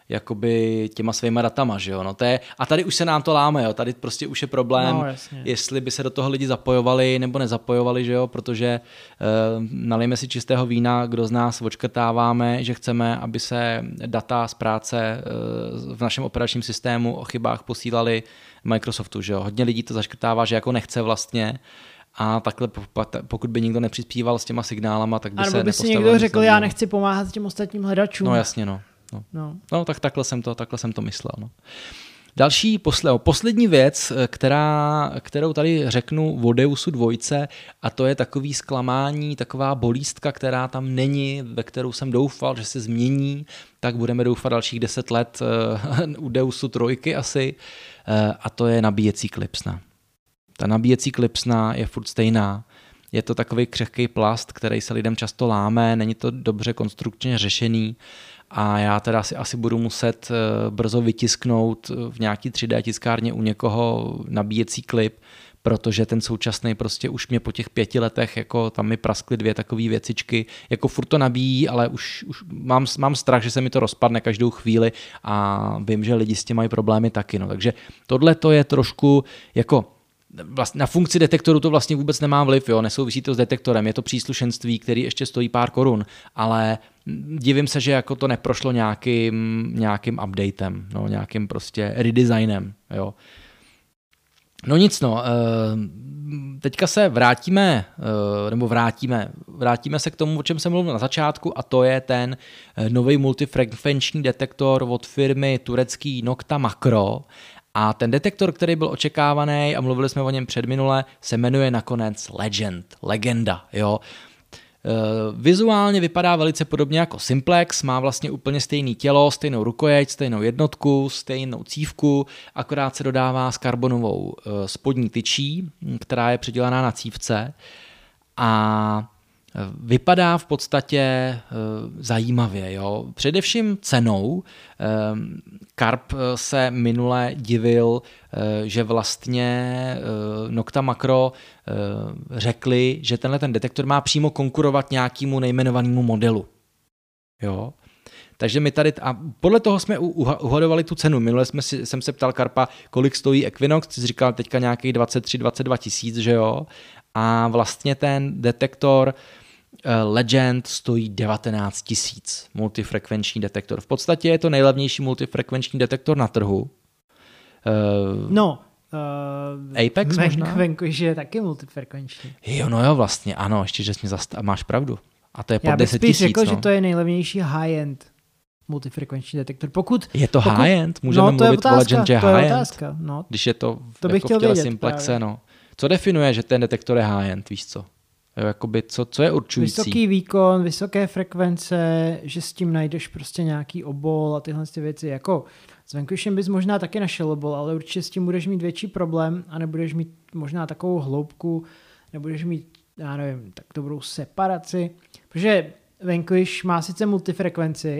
jakoby těma svýma datama, že jo, no to je, a tady už se nám to láme, jo, tady prostě už je problém, no, jestli by se do toho lidi zapojovali nebo nezapojovali, že jo, protože uh, nalijeme si čistého vína, kdo z nás očkrtáváme, že chceme, aby se data z práce uh, v našem operačním systému o chybách posílali Microsoftu, že jo, hodně lidí to zaškrtává, že jako nechce vlastně. A takhle, pokud by nikdo nepřispíval s těma signálama, tak by a se nebo by si někdo řekl, já nechci pomáhat těm ostatním hledačům. No jasně, no. No. No. no, tak takhle jsem to, takhle jsem to myslel. No. Další, posle, poslední věc, která, kterou tady řeknu v Odeusu dvojce, a to je takový zklamání, taková bolístka, která tam není, ve kterou jsem doufal, že se změní, tak budeme doufat dalších deset let u Deusu trojky asi, a to je nabíjecí klipsna. Ta nabíjecí klipsna je furt stejná. Je to takový křehký plast, který se lidem často láme, není to dobře konstrukčně řešený a já teda si asi budu muset brzo vytisknout v nějaký tři dé tiskárně u někoho nabíjecí klip, protože ten současný prostě už mě po těch pěti letech, jako tam mi praskly dvě takové věcičky, jako furt to nabíjí, ale už, už mám, mám strach, že se mi to rozpadne každou chvíli a vím, že lidi s tím mají problémy taky. No. Takže tohle to je trošku jako Vlastně na funkci detektoru to vlastně vůbec nemá vliv, jo? Nesouvisí to s detektorem, je to příslušenství, který ještě stojí pár korun, ale divím se, že jako to neprošlo nějakým, nějakým updatem, no, nějakým prostě redesignem. Jo? No nic, no, teďka se vrátíme, nebo vrátíme, vrátíme se k tomu, o čem jsem mluvil na začátku, a to je ten nový multifrekvenční detektor od firmy turecký Nokta Makro. A ten detektor, který byl očekávaný, a mluvili jsme o něm předminule, se jmenuje nakonec Legend, legenda, jo. Vizuálně vypadá velice podobně jako Simplex, má vlastně úplně stejné tělo, stejnou rukojeť, stejnou jednotku, stejnou cívku, akorát se dodává s karbonovou spodní tyčí, která je přidělaná na cívce a vypadá v podstatě zajímavě. Jo. Především cenou. Karp se minule divil, že vlastně Nokta Makro řekli, že tenhle ten detektor má přímo konkurovat nějakému nejmenovanému modelu. Jo. Takže my tady, a podle toho jsme uhadovali tu cenu. Minule jsme si, jsem se ptal Karpa, kolik stojí Equinox, ty jsi říkal teďka nějakých dvacet tři dvacet dva tisíc, že jo. A vlastně ten detektor Legend stojí devatenáct tisíc, multifrekvenční detektor. V podstatě je to nejlevnější multifrekvenční detektor na trhu. No, uh, Apex ven, možná? Venkuš je taky multifrekvenční. Jo, no jo, vlastně, ano, ještě, že jsi mě zast... máš pravdu. A to je pod Já bych deset spíš tisíc, řekl, no. že to je nejlevnější high-end multifrekvenční detektor. Pokud, je to pokud, high-end? Můžeme no, to mluvit otázka, o Legend, že je high-end? Otázka, no. Když je to, to jako chtěl v těle vědět, Simplexe, právě. no. Co definuje, že ten detektor je high-end, víš co? Jo, jakoby, co, co je určující? Vysoký výkon, vysoké frekvence, že s tím najdeš prostě nějaký obol a tyhle ty věci. Jako s venkušem bys možná taky našel obol, ale určitě s tím budeš mít větší problém a nebudeš mít možná takovou hloubku, nebudeš mít, já nevím, tak dobrou separaci, protože venkuš má sice multifrekvenci,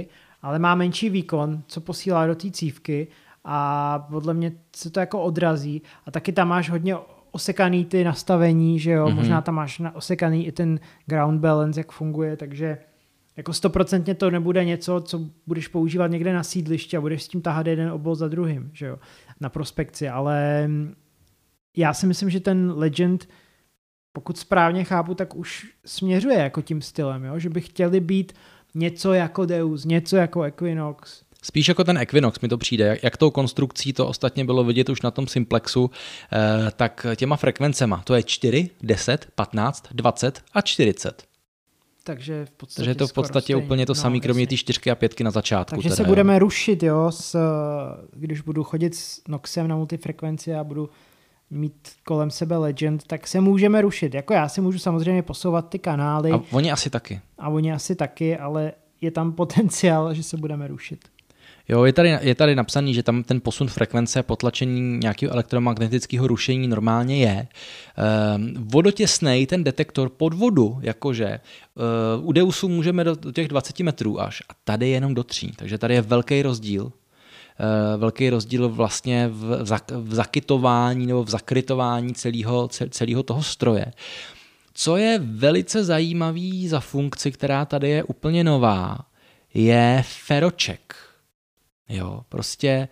ale má menší výkon, co posílá do té cívky a podle mě se to jako odrazí a taky tam máš hodně osekaný ty nastavení, že jo, mm-hmm. možná tam máš osekaný i ten ground balance, jak funguje, takže jako stoprocentně to nebude něco, co budeš používat někde na sídlišti a budeš s tím tahat jeden obol za druhým, že jo, na prospekci, ale já si myslím, že ten Legend, pokud správně chápu, tak už směřuje jako tím stylem, jo, že by chtěli být něco jako Deus, něco jako Equinox. Spíš jako ten Equinox mi to přijde, jak, jak tou konstrukcí, to ostatně bylo vidět už na tom Simplexu, eh, tak těma frekvencema, to je čtyři, deset, patnáct, dvacet a čtyřicet. Takže v podstatě, Takže je to v podstatě úplně to no, samé, kromě ty čtyřky a pětky na začátku. Takže teda, se budeme jo. rušit, jo, s, když budu chodit s Noxem na multifrekvenci a budu mít kolem sebe Legend, tak se můžeme rušit. Jako já si můžu samozřejmě posouvat ty kanály. A oni asi taky. A oni asi taky, ale je tam potenciál, že se budeme rušit. Jo, je tady, je tady napsaný, že tam ten posun frekvence, potlačení nějakého elektromagnetického rušení normálně je. Ehm, vodotěsnej ten detektor pod vodu, jakože uh, u Deusu můžeme do, do těch dvacet metrů až a tady jenom do tří, takže tady je velký rozdíl. Uh, velký rozdíl vlastně v, zak, v zakytování nebo v zakrytování celého, celého toho stroje. Co je velice zajímavý za funkci, která tady je úplně nová, je feroček. Jo, prostě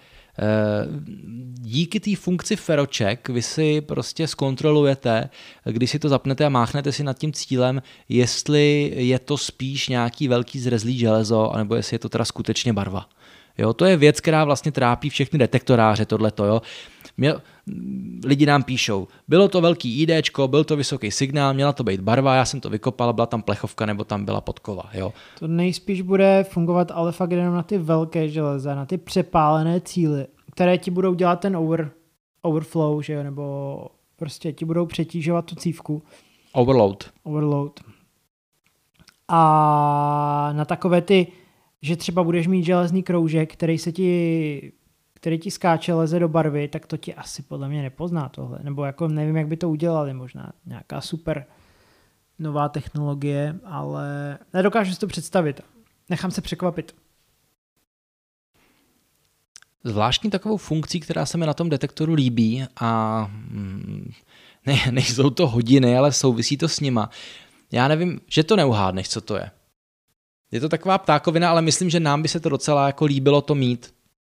díky té funkci feroček vy si prostě zkontrolujete, když si to zapnete a máchnete si nad tím cílem, jestli je to spíš nějaký velký zrezlý železo, anebo jestli je to teda skutečně barva. Jo, to je věc, která vlastně trápí všechny detektoráře, tohleto, jo. Mě, lidi nám píšou, bylo to velký IDčko, byl to vysoký signál, měla to být barva, já jsem to vykopal, byla tam plechovka nebo tam byla podkova. Jo. To nejspíš bude fungovat ale fakt jenom na ty velké železa, na ty přepálené cíly, které ti budou dělat ten over, overflow, že jo, nebo prostě ti budou přetížovat tu cívku. Overload. Overload. A na takové ty, že třeba budeš mít železný kroužek, který se ti který ti skáče, leze do barvy, tak to ti asi podle mě nepozná tohle. Nebo jako nevím, jak by to udělali, možná nějaká super nová technologie, ale nedokážu si to představit. Nechám se překvapit. Zvláštní takovou funkcí, která se mi na tom detektoru líbí a ne, nejsou to hodiny, ale souvisí to s nima. Já nevím, že to neuhádneš, co to je. Je to taková ptákovina, ale myslím, že nám by se to docela jako líbilo to mít.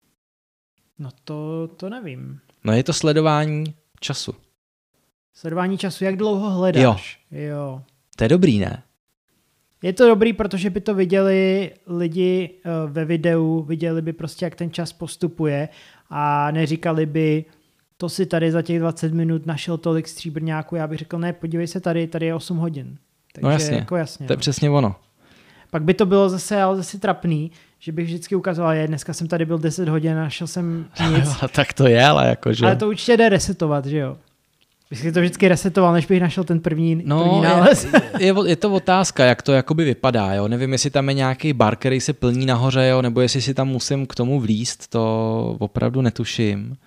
No to, to nevím. No je to sledování času. Sledování času, jak dlouho hledáš. Jo. jo. To je dobrý, ne? Je to dobrý, protože by to viděli lidi ve videu, viděli by prostě, jak ten čas postupuje a neříkali by, to si tady za těch dvacet minut našel tolik stříbrňáků, já bych řekl, ne, podívej se tady, tady je osm hodin. Takže no jasně, jako jasně, to je no. přesně ono. Pak by to bylo zase, ale zase trapný, že bych vždycky ukazoval, je, dneska jsem tady byl deset hodin a našel jsem nic. Tak to je, ale jakože... Ale to určitě jde resetovat, že jo? Bych si to vždycky resetoval, než bych našel ten první, no, první nález. Je, je, je to otázka, jak to jakoby vypadá, jo? Nevím, jestli tam je nějaký bar, který se plní nahoře, jo? Nebo jestli si tam musím k tomu vlízt, to opravdu netuším.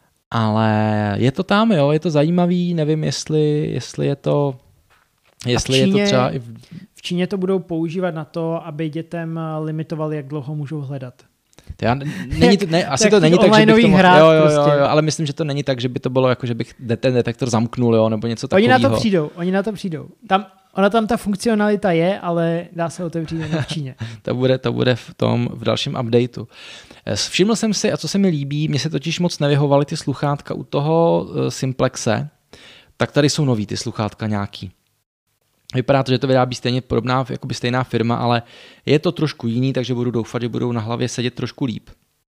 Ale je to tam, jo? Je to zajímavý, nevím, jestli, jestli je to... Jestli Číně, je to třeba i v... v Číně to budou používat na to, aby dětem limitovali, jak dlouho můžou hledat. To já, není to, ne, asi to není tak, že bych to mohl, jo, jo, prostě. jo, jo, ale myslím, že to není tak, že by to bylo jako, že bych ten detektor zamknul, jo, nebo něco takového. Oni na to přijdou, oni na to přijdou. Tam, ona tam ta funkcionalita je, ale dá se otevřít jen v Číně. to, bude, to bude v tom, v dalším updateu. Všiml jsem si, a co se mi líbí, mně se totiž moc nevyhovaly ty sluchátka u toho Simplexe, tak tady jsou nový ty sluchátka nějaký. Vypadá to, že to vyrábí stejně podobná, jakoby stejná firma, ale je to trošku jiný, takže budu doufat, že budou na hlavě sedět trošku líp.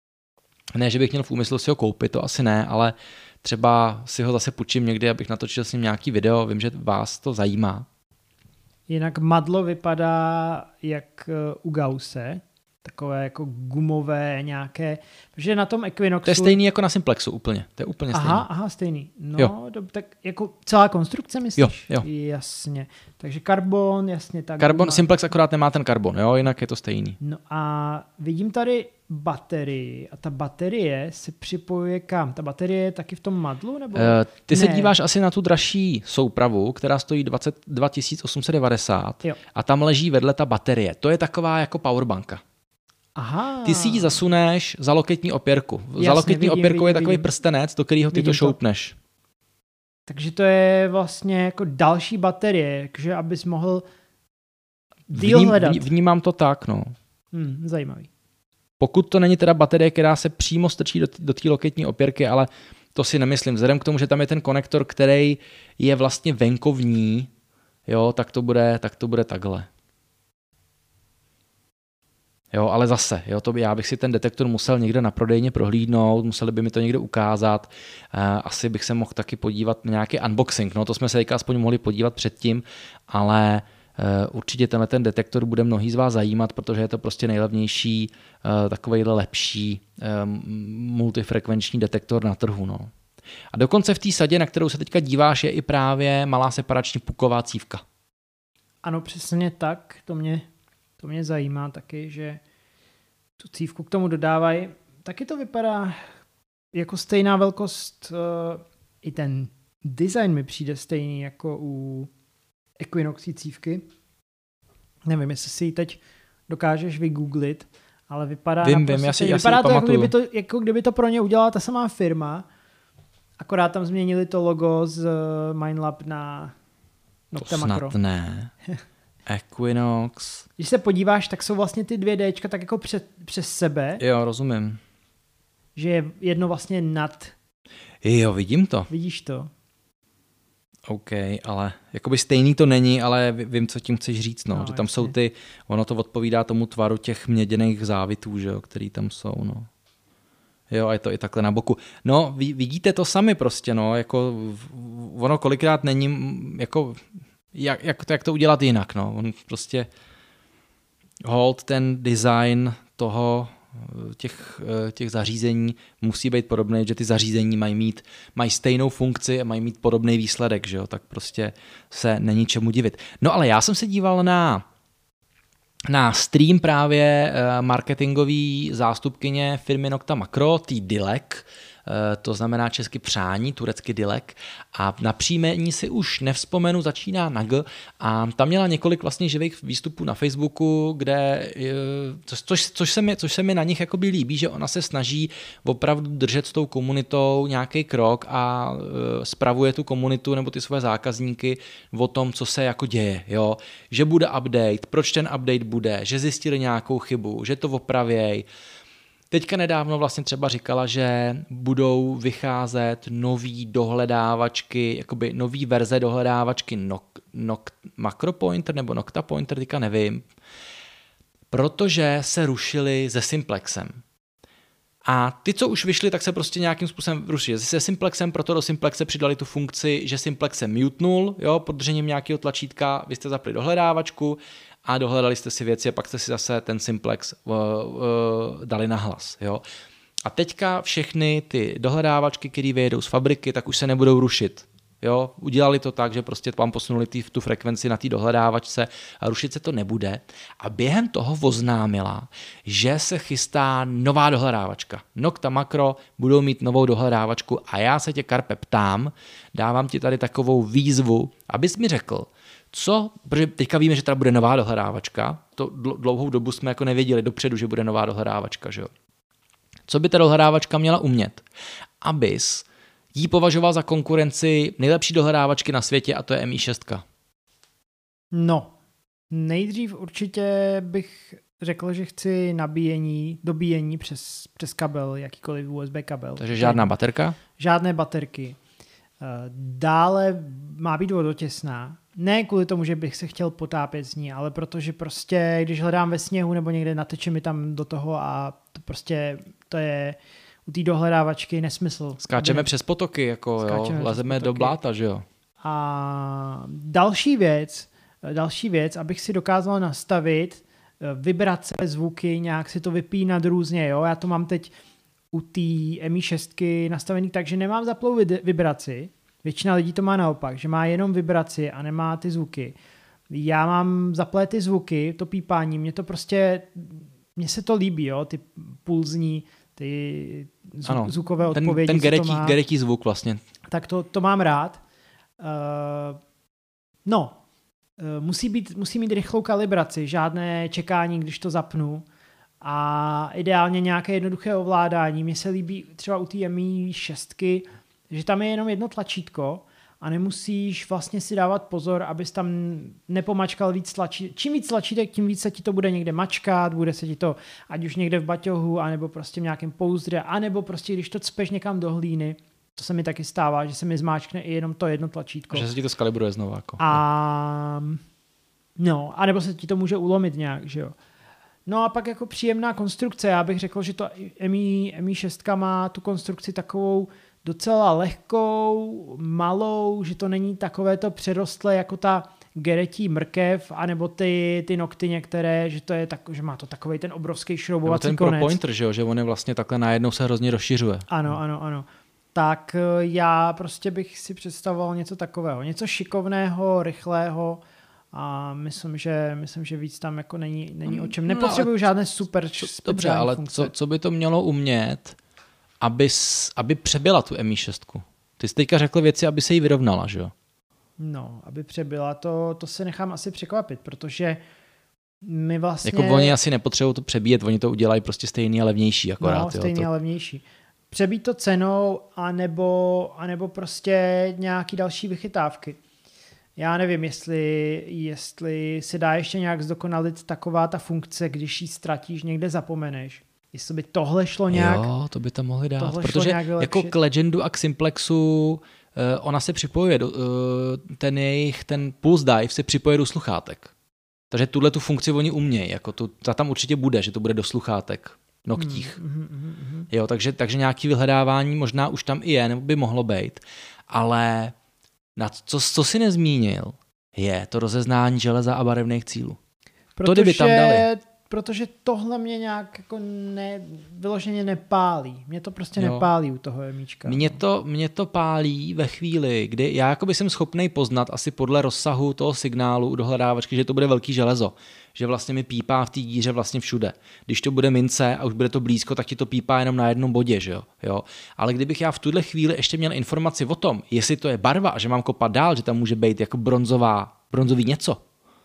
Ne, že bych měl v úmyslu si ho koupit, to asi ne, ale třeba si ho zase půjčím někdy, abych natočil s ním nějaký video, vím, že vás to zajímá. Jinak madlo vypadá jak u Gausse, takové jako gumové nějaké, protože na tom Equinoxu... To je stejný jako na Simplexu úplně, to je úplně stejný. Aha, aha, stejný. No, dob, tak jako celá konstrukce myslíš? Jo, jo. Jasně. Takže karbon, jasně. Tak karbon, Simplex akorát nemá ten karbon, jo, jinak je to stejný. No a vidím tady baterii a ta baterie se připojuje kam? Ta baterie je taky v tom madlu? Nebo? Uh, ty ne. se díváš asi na tu dražší soupravu, která stojí dvacet dva tisíc osm set devadesát jo. A tam leží vedle ta baterie. To je taková jako powerbanka. Aha. Ty si ji zasuneš za loketní opěrku. Jasně, za loketní vidím, opěrkou vidím, je takový vidím. prstenec, do kterého ty Vidím to to. šoupneš. Takže to je vlastně jako další baterie, takže abys mohl díl Vním, hledat. vnímám to tak, no. Hmm, zajímavý. Pokud to není teda baterie, která se přímo strčí do, do té loketní opěrky, ale to si nemyslím. Vzhledem k tomu, že tam je ten konektor, který je vlastně venkovní, jo, tak to bude, tak to bude takhle. Jo, ale zase, jo, to by, já bych si ten detektor musel někde na prodejně prohlídnout, museli by mi to někde ukázat, uh, asi bych se mohl taky podívat na nějaký unboxing, no to jsme se teďka aspoň mohli podívat předtím, ale uh, určitě tenhle ten detektor bude mnohý z vás zajímat, protože je to prostě nejlevnější, uh, takovejhle lepší um, multifrekvenční detektor na trhu, no. A dokonce v té sadě, na kterou se teďka díváš, je i právě malá separační puková cívka. Ano, přesně tak, to mě, to mě zajímá taky, že tu cívku k tomu dodávají. Taky to vypadá jako stejná velkost, uh, i ten design mi přijde stejný jako u Equinoxí cívky. Nevím, jestli si ji teď dokážeš vygooglit, ale vypadá Vím, naprosto vím, já si, stejně. já si Vypadá to, jako pamatuju. kdyby to, jako kdyby to pro ně udělala ta samá firma, akorát tam změnili to logo z Minelab na Nocta To Macro. snad ne. Equinox. Když se podíváš, tak jsou vlastně ty dvě Dčka tak jako před, přes sebe, Jo, rozumím. že je jedno vlastně nad. Jo, vidím to. Vidíš to? OK, ale jakoby stejný to není, ale vím, co tím chceš říct, no. No, Že tam jasně. jsou ty, ono to odpovídá tomu tvaru těch měděných závitů, že jo, který tam jsou, no. Jo, a je to i takhle na boku. No, ví, vidíte to sami prostě, no, jako v- ono kolikrát není, mm, jako, jak, jak, to, jak to udělat jinak, no. On prostě hold ten design toho, těch, těch zařízení musí být podobný, že ty zařízení mají mít, mají stejnou funkci a mají mít podobný výsledek, že jo, tak prostě se není čemu divit. No ale já jsem se díval na na stream právě marketingový zástupkyně firmy Nocta Macro, tý Dilek, to znamená česky přání, turecky Dilek, a na příjmení si už nevzpomenu, začíná na G, a tam měla několik vlastně živých výstupů na Facebooku, kde, což, což, se, mi, což se mi na nich jakoby líbí, že ona se snaží opravdu držet s tou komunitou nějaký krok a spravuje tu komunitu nebo ty své zákazníky o tom, co se jako děje, jo? Že bude update, proč ten update bude, že zjistili nějakou chybu, že to opravěj. Teďka nedávno vlastně třeba říkala, že budou vycházet nový dohledávačky, jakoby nový verze dohledávačky Noc, Noc, Macro Pointer nebo Nocta Pointer, teďka nevím, protože se rušily se Simplexem. A ty, co už vyšly, tak se prostě nějakým způsobem ruší. Se Simplexem, proto do Simplexe přidali tu funkci, že Simplex se mutenul, jo, pod držením nějakého tlačítka, vy jste zapli dohledávačku a dohledali jste si věci a pak jste si zase ten Simplex uh, uh, dali na hlas. Jo. A teďka všechny ty dohledávačky, které vyjedou z fabriky, tak už se nebudou rušit. Jo. Udělali to tak, že prostě vám posunuli tý, tu frekvenci na té dohledávačce a rušit se to nebude. A během toho oznámila, že se chystá nová dohledávačka. Nocta Macro budou mít novou dohledávačku a já se tě, Karpe, ptám, dávám ti tady takovou výzvu, abys mi řekl, co, protože teďka víme, že tady bude nová dohledávačka, to dlouhou dobu jsme jako nevěděli dopředu, že bude nová dohledávačka, že jo. Co by ta dohledávačka měla umět? Abys jí považoval za konkurenci nejlepší dohledávačky na světě, a to je M I šest. No, nejdřív určitě bych řekl, že chci nabíjení, dobíjení přes, přes kabel, jakýkoliv U S B kabel. Takže žádná baterka? Žádné baterky. Dále má být vodotěsná. Ne kvůli tomu, že bych se chtěl potápět z ní, ale protože prostě, když hledám ve sněhu nebo někde, nateče mi tam do toho a to prostě, to je u té dohledávačky nesmysl. Skáčeme přes potoky, jako jo, lezeme do bláta, že jo. A další věc, další věc, abych si dokázal nastavit vibrace, zvuky, nějak si to vypínat různě, jo. Já to mám teď u té M I šest nastavený tak, že nemám zaplou vibraci. Většina lidí to má naopak, že má jenom vibraci a nemá ty zvuky. Já mám zaplé ty zvuky, to pípání, mě to prostě, mně se to líbí, jo, ty pulzní, ty zvuk, ano, zvukové odpovědi. Ten, ten geretí, geretí zvuk vlastně. Tak to, to mám rád. Uh, no, uh, musí, být, musí mít rychlou kalibraci, žádné čekání, když to zapnu. a ideálně nějaké jednoduché ovládání. Mně se líbí třeba u té M I šest, že tam je jenom jedno tlačítko a nemusíš vlastně si dávat pozor, abys tam nepomačkal víc tlačítek. Čím víc tlačítek, tím víc se ti to bude někde mačkat, bude se ti to ať už někde v baťohu, anebo prostě v nějakém pouzdře, anebo prostě když to cpeš někam do hlíny. To se mi taky stává, že se mi zmáčkne i jenom to jedno tlačítko. Že se ti to skalibruje znovu. Jako. A no, anebo se ti to může ulomit nějak, že jo. No a pak jako příjemná konstrukce. Já bych řekl, že to M I, M I šest má tu konstrukci takovou docela lehkou, malou, že to není takové to přerostlé jako ta geretí mrkev, anebo ty, ty nokty některé, že to je tak, že má to takovej ten obrovský šroubovací ten konec. Pro Pointer, že jo, že on je vlastně takhle najednou se hrozně rozšiřuje. Ano, ano, ano. Tak já prostě bych si představoval něco takového. Něco šikovného, rychlého a myslím, že, myslím, že víc tam jako není, není o čem. Nepotřebuju no, žádné super speciální Dobře, ale co, co by to mělo umět, aby, aby přebyla tu M I šest? Ty jsi teďka řekl věci, aby se jí vyrovnala, že jo? No, aby přebyla, to, to se nechám asi překvapit, protože my vlastně... Jako oni asi nepotřebují to přebíjet, oni to udělají prostě stejný a levnější akorát. No, stejný jo, to... a levnější. Přebít to cenou, anebo, anebo prostě nějaký další vychytávky. Já nevím, jestli, jestli se dá ještě nějak zdokonalit taková ta funkce, když ji ztratíš, někde zapomeneš. Jestli by tohle šlo nějak... Jo, to by to mohli dát, protože jako k Legendu a k Simplexu uh, ona se připojuje, uh, ten jejich, ten Pulse Dive se připoje do sluchátek. Takže tuhle tu funkci oni umějí, jako tu, ta tam určitě bude, že to bude do sluchátek, noktích. Mm, mm, mm, mm. Jo, takže, takže nějaké vyhledávání možná už tam i je, nebo by mohlo být, ale na co, co si nezmínil, je to rozeznání železa a barevných cílů. Protože, to kdyby tam dali. Protože tohle mě nějak jako ne, vyloženě nepálí. Mě to prostě jo. nepálí u toho emíčka. Mě to, mě to pálí ve chvíli, kdy já jakoby jsem schopnej poznat asi podle rozsahu toho signálu u dohledávačky, že to bude velký železo. Že vlastně mi pípá v té díře vlastně všude. Když to bude mince a už bude to blízko, tak ti to pípá jenom na jednom bodě, že jo? jo? Ale kdybych já v tuhle chvíli ještě měl informaci o tom, jestli to je barva a že mám kopat dál, že tam může být jako bronzová, bronzový něco,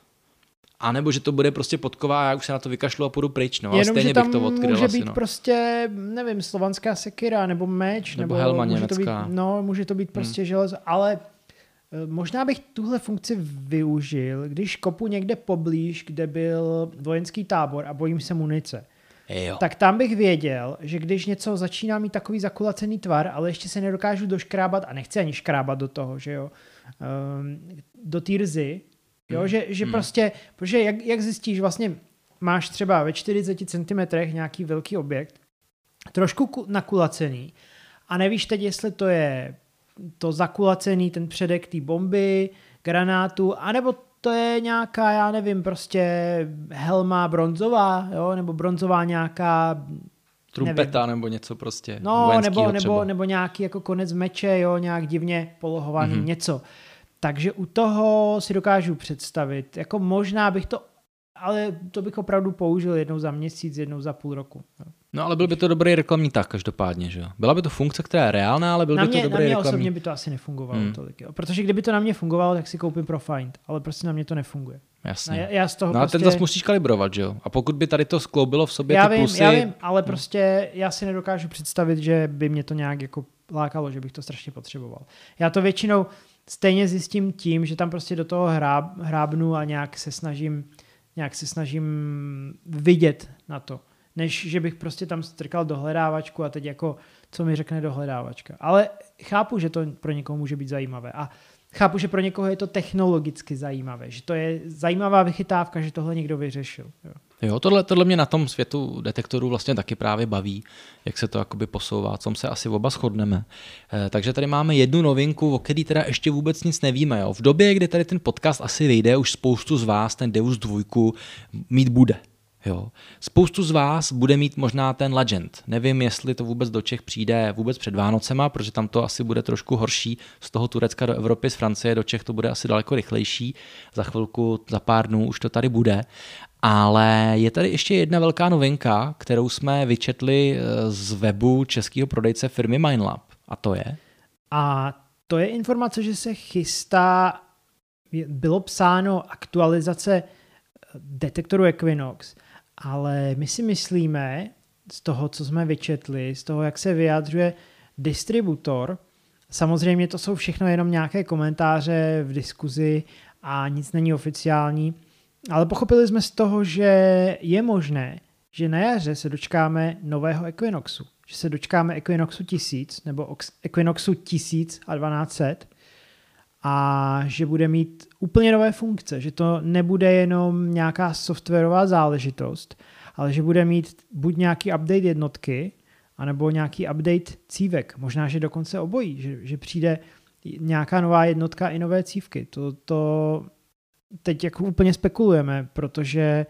a nebo že to bude prostě podková a já už se na to vykašlu a půjdu pryč, no, ale jenom, stejně bych to odkryl může asi, být no. prostě, nevím, slovanská sekira, nebo meč, nebo, nebo helma může německá. To být, no, může to být prostě hmm. železo, ale možná bych tuhle funkci využil, když kopu někde poblíž, kde byl vojenský tábor a bojím se munice. Jo. Tak tam bych věděl, že když něco začíná mít takový zakulacený tvar, ale ještě se nedokážu doškrábat a nechci ani škrábat do toho, že jo, um, do té rzy, jo, mm. že, že mm. prostě, protože jak, jak zjistíš, vlastně máš třeba ve čtyřiceti centimetrech nějaký velký objekt, trošku ku, nakulacený a nevíš teď, jestli to je to zakulacený, ten předek té bomby, granátu, anebo to je nějaká, já nevím, prostě helma bronzová, jo, nebo bronzová nějaká trumpeta nevím. Nebo něco prostě no, nebo, nebo, nebo nějaký jako konec meče, jo, nějak divně polohovaný mm-hmm. něco. Takže u toho si dokážu představit, jako možná bych to, ale to bych opravdu použil jednou za měsíc, jednou za půl roku. Jo. No ale byl by to dobrý reklamní tak každopádně, že jo? Byla by to funkce, která je reálná, ale byl na by mě, to dobrý reklamní. Na mě osobně by to asi nefungovalo hmm. tolik, jo. Protože kdyby to na mě fungovalo, tak si koupím Profind, ale prostě na mě to nefunguje. Jasně. Já, já z toho no a prostě... ten zase musíš kalibrovat, že jo? A pokud by tady to skloubilo v sobě já ty vím, plusy... Já vím, ale prostě já si nedokážu představit, že by mě to nějak jako lákalo, že bych to strašně potřeboval. Já to většinou stejně zjistím tím, že tam prostě do toho hráb, hrábnu a nějak se snažím nějak se snažím vidět na to, než že bych prostě tam strkal dohledávačku a teď jako, co mi řekne dohledávačka. Ale chápu, že to pro někoho může být zajímavé a chápu, že pro někoho je to technologicky zajímavé, že to je zajímavá vychytávka, že tohle někdo vyřešil. Jo, jo tohle, tohle mě na tom světu detektorů vlastně taky právě baví, jak se to jakoby posouvá, co se asi oba shodneme. E, takže tady máme jednu novinku, o který teda ještě vůbec nic nevíme. Jo. V době, kdy tady ten podcast asi vyjde, už spoustu z vás ten Deus dva mít bude. Jo. Spoustu z vás bude mít možná ten Legend. Nevím, jestli to vůbec do Čech přijde vůbec před Vánocema, protože tam to asi bude trošku horší. Z toho Turecka do Evropy, z Francie do Čech to bude asi daleko rychlejší. Za chvilku, za pár dnů už to tady bude. Ale je tady ještě jedna velká novinka, kterou jsme vyčetli z webu českého prodejce firmy Minelab. A to je? A to je informace, že se chystá, bylo psáno aktualizace detektoru Equinox. ale my si myslíme z toho, co jsme vyčetli, z toho, jak se vyjadřuje distributor, samozřejmě to jsou všechno jenom nějaké komentáře v diskuzi a nic není oficiální, ale pochopili jsme z toho, že je možné, že na jaře se dočkáme nového Equinoxu, že se dočkáme Equinoxu tisíc nebo Equinoxu tisíc a dvanáct set a že bude mít úplně nové funkce, že to nebude jenom nějaká softwarová záležitost, ale že bude mít buď nějaký update jednotky, anebo nějaký update cívek. Možná, že dokonce obojí, že, že přijde nějaká nová jednotka i nové cívky. To, to teď jako úplně spekulujeme, protože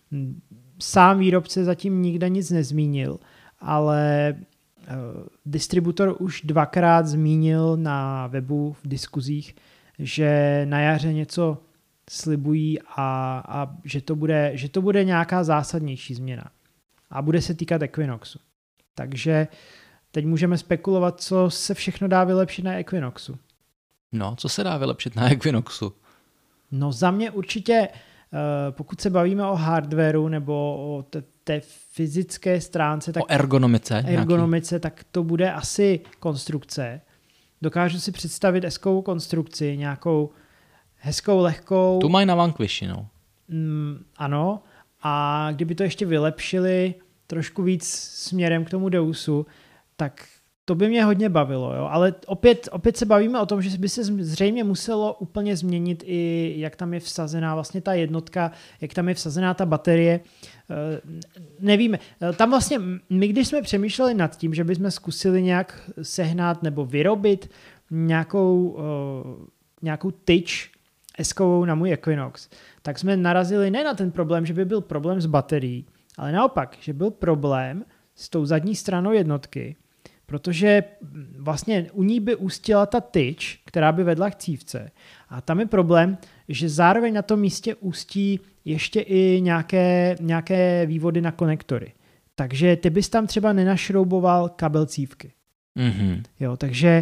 sám výrobce zatím nikde nic nezmínil, ale uh, distributor už dvakrát zmínil na webu v diskuzích, že na jaře něco slibují a, a že, to bude, že to bude nějaká zásadnější změna. A bude se týkat Equinoxu. Takže teď můžeme spekulovat, co se všechno dá vylepšit na Equinoxu. No, co se dá vylepšit na Equinoxu? No za mě určitě, pokud se bavíme o hardwareu nebo o té, té fyzické stránce, tak o ergonomice, ergonomice tak to bude asi konstrukce. Dokážu si představit hezkou konstrukci, nějakou hezkou, lehkou. Tu mají na Vanquishi, no. Mm, ano, a kdyby to ještě vylepšili trošku víc směrem k tomu Deusu, tak to by mě hodně bavilo, jo? Ale opět, opět se bavíme o tom, že by se zřejmě muselo úplně změnit i jak tam je vsazená vlastně ta jednotka, jak tam je vsazená ta baterie. E, nevíme. Tam vlastně my, když jsme přemýšleli nad tím, že bychom zkusili nějak sehnat nebo vyrobit nějakou, e, nějakou tyč eskovou na můj Equinox, tak jsme narazili ne na ten problém, že by byl problém s baterií, ale naopak, že byl problém s tou zadní stranou jednotky, protože vlastně u ní by ústila ta tyč, která by vedla k cívce. A tam je problém, že zároveň na tom místě ústí ještě i nějaké, nějaké vývody na konektory. Takže ty bys tam třeba nenašrouboval kabel cívky. Mm-hmm. Jo, takže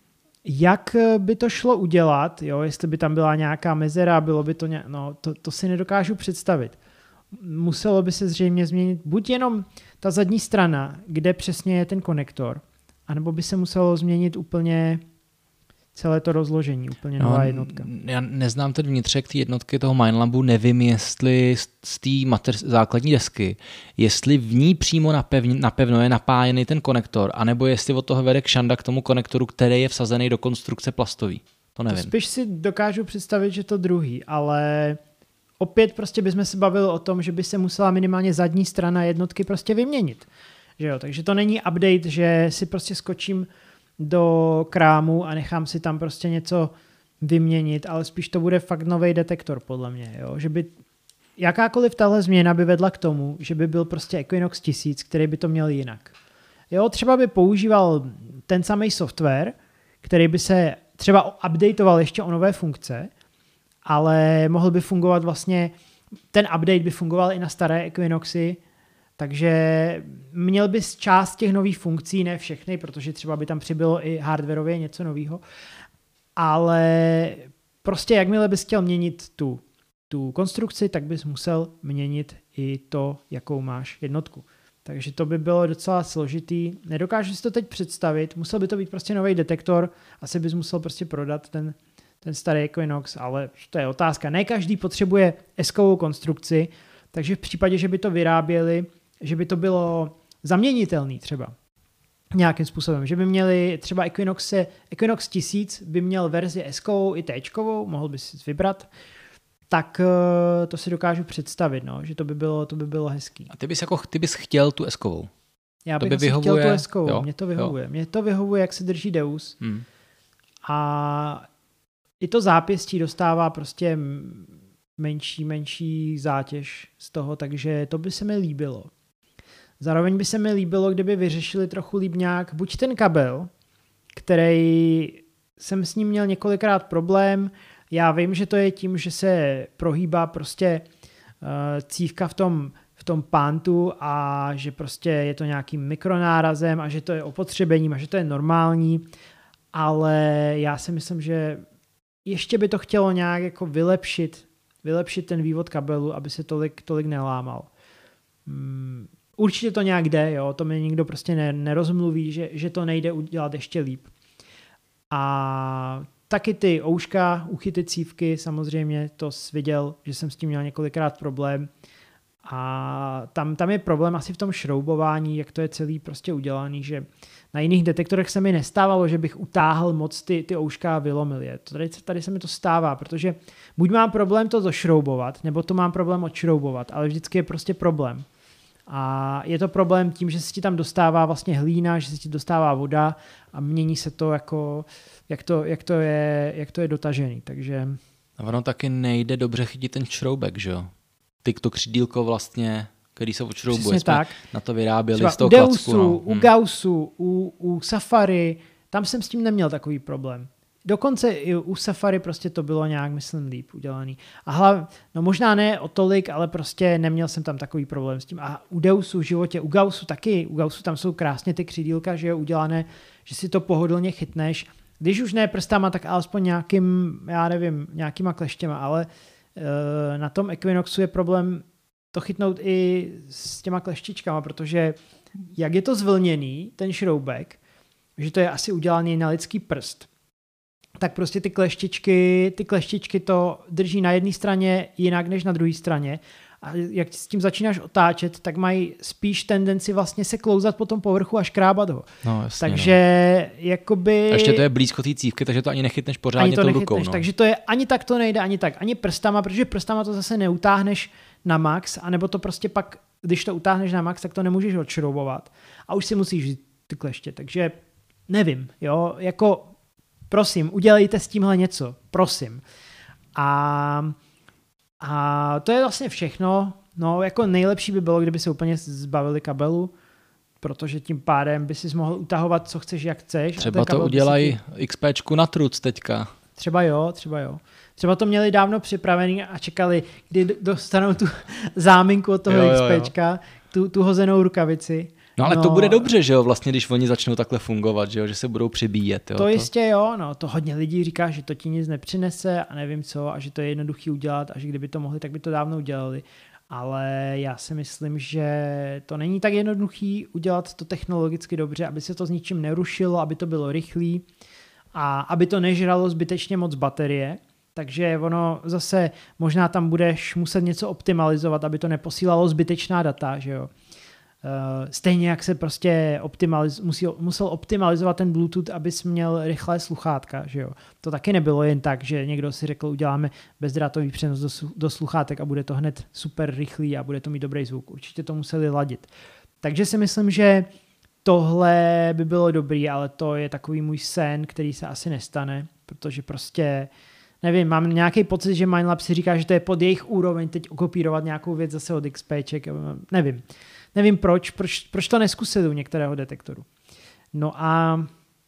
jak by to šlo udělat, jo, jestli by tam byla nějaká mezera, bylo by to, nějak, no, to, to si nedokážu představit. Muselo by se zřejmě změnit buď jenom ta zadní strana, kde přesně je ten konektor, anebo by se muselo změnit úplně celé to rozložení, úplně nová no, jednotka. Já neznám ten vnitřek té jednotky toho Minelabu, nevím, jestli z té mater- základní desky, jestli v ní přímo napevně, napevno je napájený ten konektor, anebo jestli od toho vede kšanda k tomu konektoru, který je vsazený do konstrukce plastový. To nevím. To spíš si dokážu představit, že to druhý, ale opět prostě bychom se bavili o tom, že by se musela minimálně zadní strana jednotky prostě vyměnit. Že jo? Takže to není update, že si prostě skočím do krámu a nechám si tam prostě něco vyměnit, ale spíš to bude fakt nový detektor podle mě. Jo? Že by jakákoliv tahle změna by vedla k tomu, že by byl prostě Equinox tisíc, který by to měl jinak. Jo? Třeba by používal ten samý software, který by se třeba updateoval ještě o nové funkce, ale mohl by fungovat vlastně, ten update by fungoval i na staré Equinoxy, takže měl by část těch nových funkcí, ne všechny, protože třeba by tam přibylo i hardwarově něco nového, ale prostě jakmile bys chtěl měnit tu, tu konstrukci, tak bys musel měnit i to, jakou máš jednotku. Takže to by bylo docela složitý. Nedokážu si to teď představit, musel by to být prostě nový detektor, asi bys musel prostě prodat ten ten starý Equinox, ale to je otázka. Ne každý potřebuje eskovou konstrukci, takže v případě, že by to vyráběli, že by to bylo zaměnitelný třeba nějakým způsobem, že by měli třeba Equinoxe, Equinox tisíc by měl verzi eskovou i téčkovou, mohl by si vybrat, tak to si dokážu představit, no, že to by bylo, to by bylo hezký. A ty bys, jako, ty bys chtěl tu eskovou? Já bych by vyhovuje, chtěl tu eskovou, jo, mě to vyhovuje. Jo. Mě to vyhovuje, jak se drží Deus. Hmm. A i to zápěstí dostává prostě menší, menší zátěž z toho, takže to by se mi líbilo. Zároveň by se mi líbilo, kdyby vyřešili trochu líp nějak buď ten kabel, který jsem s ním měl několikrát problém. Já vím, že to je tím, že se prohýbá prostě uh, cívka v tom, v tom pántu a že prostě je to nějakým mikronárazem a že to je opotřebením a že to je normální, ale já si myslím, že ještě by to chtělo nějak jako vylepšit, vylepšit ten vývod kabelu, aby se tolik, tolik nelámal. mm, určitě to nějak jde, jo, to mi nikdo prostě ne, nerozmluví, že, že to nejde udělat ještě líp. A taky ty ouška, uchyty cívky, samozřejmě to jsi viděl, že jsem s tím měl několikrát problém. A tam, tam je problém asi v tom šroubování, jak to je celý prostě udělaný, že na jiných detektorech se mi nestávalo, že bych utáhl moc ty, ty ouška a vylomil je. Tady, tady se mi to stává, protože buď mám problém to došroubovat, nebo to mám problém odšroubovat, ale vždycky je prostě problém. A je to problém tím, že se ti tam dostává vlastně hlína, že se ti dostává voda a mění se to jako, jak to, jak to, je, jak to je dotažený, takže... A ono taky nejde dobře chytit ten šroubek, že jo? Ty to křídílko vlastně, který se odšroubuje, jsme tak. Na to vyráběli třeba z toho u Deusu, klacku. No. U Gaussu, u, u Safari, tam jsem s tím neměl takový problém. Dokonce i u Safari prostě to bylo nějak, myslím, líp udělaný. A hlav, no možná ne o tolik, ale prostě neměl jsem tam takový problém s tím. A u Deusu v životě, u Gaussu taky, u Gaussu tam jsou krásně ty křídílka, že je udělané, že si to pohodlně chytneš. Když už ne prstama, tak alespoň nějakým, já nevím, nějakýma kleštěma, ale e, na tom Equinoxu je problém to chytnout i s těma kleštičkama, protože jak je to zvlněný, ten šroubek, že to je asi udělaný na lidský prst, tak prostě ty kleštičky, ty kleštičky to drží na jedné straně jinak než na druhé straně. A jak s tím začínáš otáčet, tak mají spíš tendenci vlastně se klouzat po tom povrchu a škrábat ho. No, jasně, takže no. jakoby... A ještě to je blízko té cívky, takže to ani nechytneš pořádně ani to tou nechytneš, rukou. No. Takže to je, ani tak to nejde, ani tak, ani prstama, protože prstama to zase neutáhneš na max, anebo to prostě pak, když to utáhneš na max, tak to nemůžeš odšroubovat. A už si musíš vzít ty kleště, takže nevím, jo, jako prosím, udělejte s tímhle něco, prosím. A, a to je vlastně všechno. No, jako nejlepší by bylo, kdyby se úplně zbavili kabelu, protože tím pádem by si mohl utahovat, co chceš, jak chceš. Třeba to udělají ti... XPčku na truc teďka. Třeba jo, třeba jo. Třeba to měli dávno připravený a čekali, kdy dostanou tu záminku od toho jo, XPčka, jo, jo. Tu, tu hozenou rukavici. No ale no, to bude dobře, že jo, vlastně, když oni začnou takhle fungovat, že jo, že se budou přibíjet. Jo, to, to jistě jo, no, to hodně lidí říká, že to ti nic nepřinese a nevím co a že to je jednoduchý udělat a že kdyby to mohli, tak by to dávno udělali. Ale já si myslím, že to není tak jednoduchý udělat to technologicky dobře, aby se to s ničím nerušilo, aby to bylo rychlý a aby to nežralo zbytečně moc baterie. Takže ono zase možná tam budeš muset něco optimalizovat, aby to neposílalo zbytečná data, že jo. Uh, stejně jak se prostě optimaliz- musel, musel optimalizovat ten Bluetooth, abys měl rychlé sluchátka, že jo. To taky nebylo jen tak, že někdo si řekl, uděláme bezdrátový přenos do, do sluchátek a bude to hned super rychlý a bude to mít dobrý zvuk. Určitě to museli ladit. Takže si myslím, že tohle by bylo dobrý, ale to je takový můj sen, který se asi nestane, protože prostě nevím, mám nějaký pocit, že Minelab si říká, že to je pod jejich úroveň teď okopírovat nějakou věc zase od XPček, nevím. Nevím proč, proč, proč to neskusili u některého detektoru. No a,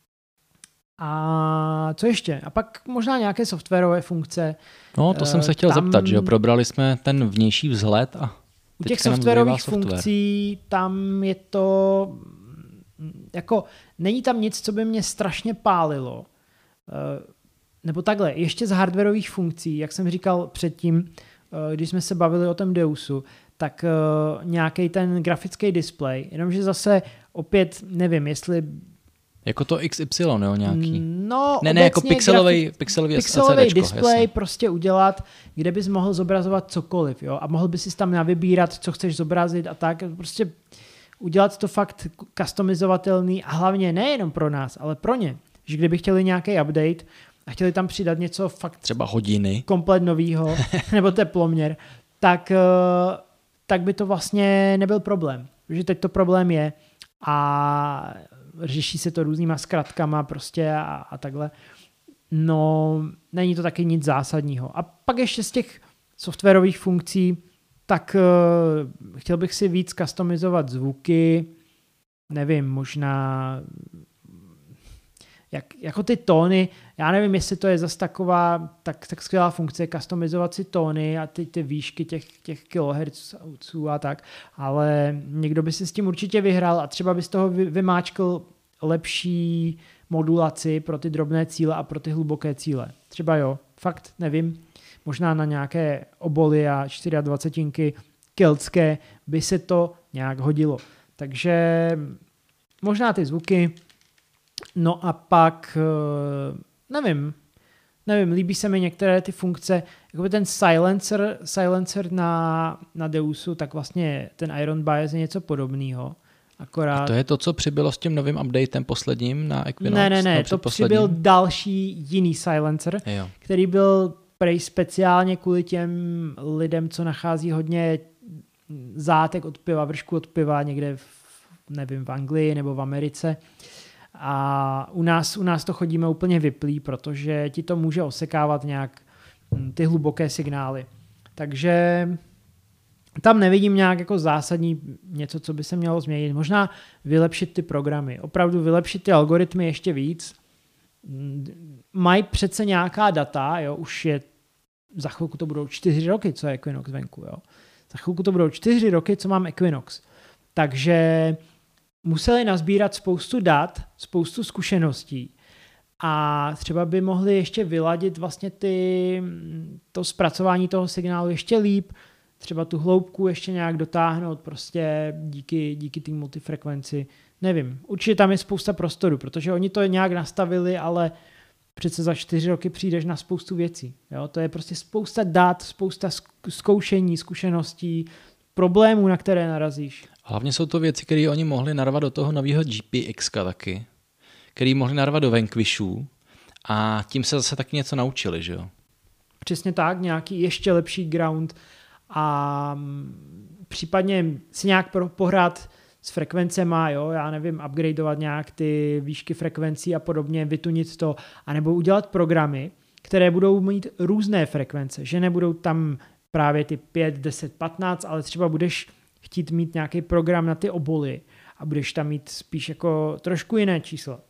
a co ještě? A pak možná nějaké softwarové funkce. No to jsem se chtěl tam, zeptat, že jo, probrali jsme ten vnější vzhled a u těch softwarových funkcí tam je to jako, není tam nic, co by mě strašně pálilo. Nebo takhle, ještě z hardwarových funkcí, jak jsem říkal předtím, když jsme se bavili o tom Deusu, tak uh, nějaký ten grafický displej, jenomže zase opět nevím, jestli... Jako to X Y, jo, nějaký? No, ne, ne, jako pixelový, grafik, pixelový, pixelový displej jasně. Prostě udělat, kde bys mohl zobrazovat cokoliv, jo, a mohl bys si tam navybírat, co chceš zobrazit a tak, prostě udělat to fakt customizovatelný a hlavně nejenom pro nás, ale pro ně, že kdyby chtěli nějaký update a chtěli tam přidat něco fakt... Třeba hodiny. Komplet novýho, nebo teploměr, tak... Uh, tak by to vlastně nebyl problém. Protože teď to problém je a řeší se to různýma zkratkama prostě a, a takhle. No, není to taky nic zásadního. A pak ještě z těch softwarových funkcí, tak uh, chtěl bych si víc customizovat zvuky, nevím, možná jak, jako ty tóny, já nevím, jestli to je zase taková tak, tak skvělá funkce, customizovat si tóny a ty, ty výšky těch, těch kilohertzů a tak, ale někdo by si s tím určitě vyhrál a třeba by z toho vy, vymáčkl lepší modulaci pro ty drobné cíle a pro ty hluboké cíle. Třeba jo, fakt nevím, možná na nějaké oboly a dvacet čtyři keltské by se to nějak hodilo. Takže možná ty zvuky, no a pak, nevím, nevím, líbí se mi některé ty funkce, jakoby ten silencer, silencer na, na Deusu, tak vlastně ten Iron Bias je něco podobného. Akorát... A to je to, co přibylo s tím novým updatem posledním na Equinox? Ne, ne, ne, to přibyl další jiný silencer, jo. který byl prej speciálně kvůli těm lidem, co nachází hodně zátek od piva, vršku od piva někde v, nevím, v Anglii nebo v Americe. A u nás, u nás to chodíme úplně vyplý, protože ti to může osekávat nějak ty hluboké signály. Takže tam nevidím nějak jako zásadní něco, co by se mělo změnit. Možná vylepšit ty programy. Opravdu vylepšit ty algoritmy ještě víc. Mají přece nějaká data, jo, už je, za chvilku to budou čtyři roky, co je Equinox venku, jo. Za chvilku to budou čtyři roky, co mám Equinox. Takže museli nazbírat spoustu dat, spoustu zkušeností a třeba by mohli ještě vyladit vlastně ty, to zpracování toho signálu ještě líp, třeba tu hloubku ještě nějak dotáhnout prostě díky, díky té multifrekvenci. Nevím, určitě tam je spousta prostoru, protože oni to nějak nastavili, ale přece za čtyři roky přijdeš na spoustu věcí. Jo? To je prostě spousta dat, spousta zkoušení, zkušeností, problémů, na které narazíš. Hlavně jsou to věci, které oni mohli narvat do toho nového G P X taky, který mohli narvat do Vanquishů a tím se zase taky něco naučili, že jo? Přesně tak, nějaký ještě lepší ground a případně si nějak pohrát s frekvencema, jo, já nevím, upgradeovat nějak ty výšky frekvencí a podobně, vytunit to, anebo udělat programy, které budou mít různé frekvence, že nebudou tam právě ty pět, deset, patnáct, ale třeba budeš chtít mít nějaký program na ty oboly a budeš tam mít spíš jako trošku jiné čísla,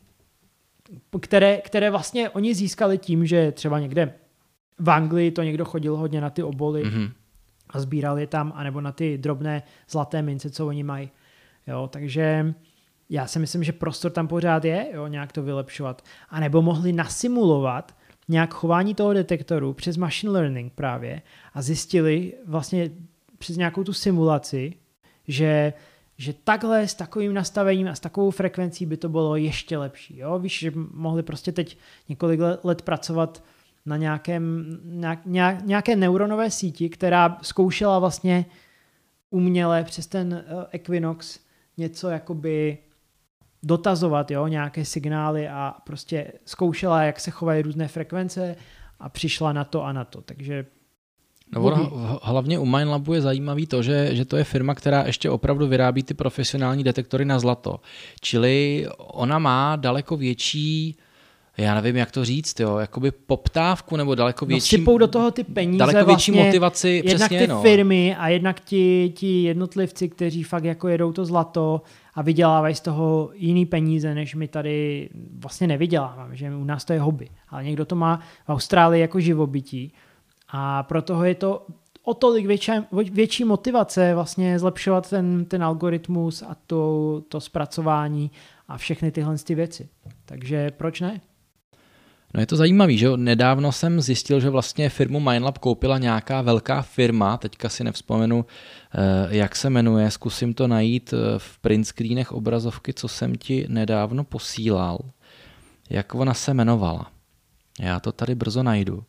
které, které vlastně oni získali tím, že třeba někde v Anglii to někdo chodil hodně na ty oboly mm-hmm. a sbíral je tam, anebo na ty drobné zlaté mince, co oni mají. Jo, takže já si myslím, že prostor tam pořád je, jo, nějak to vylepšovat. A nebo mohli nasimulovat nějak chování toho detektoru přes machine learning právě a zjistili vlastně přes nějakou tu simulaci, že, že takhle s takovým nastavením a s takovou frekvencí by to bylo ještě lepší. Jo? Víš, že mohli prostě teď několik let pracovat na nějakém, nějak, nějaké neuronové síti, která zkoušela vlastně uměle přes ten Equinox něco jakoby dotazovat, jo, nějaké signály a prostě zkoušela, jak se chovají různé frekvence a přišla na to a na to. Takže no ono, hlavně u Minelabu je zajímavý to, že, že to je firma, která ještě opravdu vyrábí ty profesionální detektory na zlato. Čili ona má daleko větší, já nevím, jak to říct, jo, jakoby poptávku nebo daleko větší... No sypou do toho ty peníze daleko větší vlastně, motivaci, jednak přesně, ty no. firmy a jednak ti, ti jednotlivci, kteří fakt jako jedou to zlato a vydělávají z toho jiný peníze, než my tady vlastně nevyděláváme, že u nás to je hobby. Ale někdo to má v Austrálii jako živobytí a pro toho je to o tolik větší, větší motivace vlastně zlepšovat ten, ten algoritmus a to, to zpracování a všechny tyhle ty věci. Takže proč ne? No je to zajímavý, že jo? Nedávno jsem zjistil, že vlastně firmu Minelab koupila nějaká velká firma, teďka si nevzpomenu, jak se jmenuje, zkusím to najít v print screenech obrazovky, co jsem ti nedávno posílal. Jak ona se jmenovala? Já to tady brzo najdu.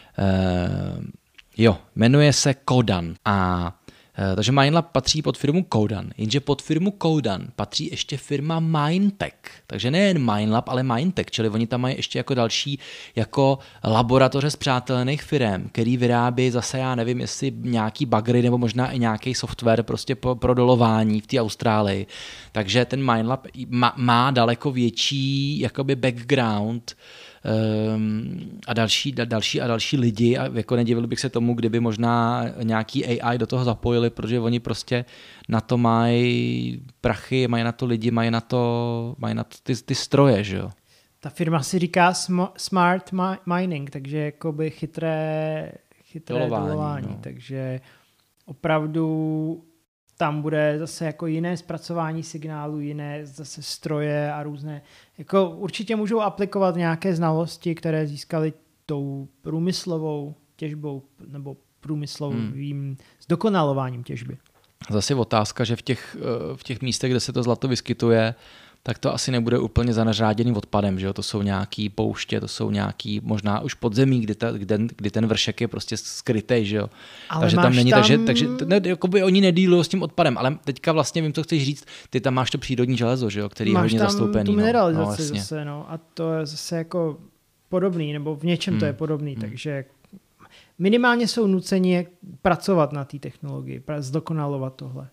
Jo, jmenuje se Codan a takže Minelab patří pod firmu Codan, jenže pod firmu Codan patří ještě firma Minetech. Takže nejen Minelab, ale Minetech, čili oni tam mají ještě jako další jako laboratoře spřátelených firem, který vyrábí zase, já nevím, jestli nějaký buggery nebo možná i nějaký software prostě pro dolování v té Austrálii. Takže ten Minelab má, má daleko větší jakoby background Um, a další, da, další a další lidi a jako nedivil bych se tomu, kdyby možná nějaký A I do toho zapojili, protože oni prostě na to mají prachy, mají na to lidi, mají na to, mají na to ty, ty stroje, že jo. Ta firma si říká sm- smart mining, takže jakoby chytré, chytré dolování, dolování no. Takže opravdu tam bude zase jako jiné zpracování signálu, jiné zase stroje a různé. Jako určitě můžou aplikovat nějaké znalosti, které získali tou průmyslovou těžbou nebo průmyslovým hmm. zdokonalováním těžby. Zase otázka, že v těch, v těch místech, kde se to zlato vyskytuje, tak to asi nebude úplně zanařáděný odpadem, že jo? To jsou nějaký pouště, to jsou nějaký možná už podzemí, kdy, ta, kdy, kdy ten vršek je prostě skrytej, že jo? Ale takže tam není, tam... takže, takže ne, jakoby oni nedýlují s tím odpadem, ale teďka vlastně vím, co chceš říct, ty tam máš to přírodní železo, že jo? Který máš je hodně tam zastoupený. Tu mineralizaci no, no, zase, no, a to je zase jako podobný, nebo v něčem hmm. to je podobný, hmm. takže minimálně jsou nuceni pracovat na té technologii, zdokonalovat tohle.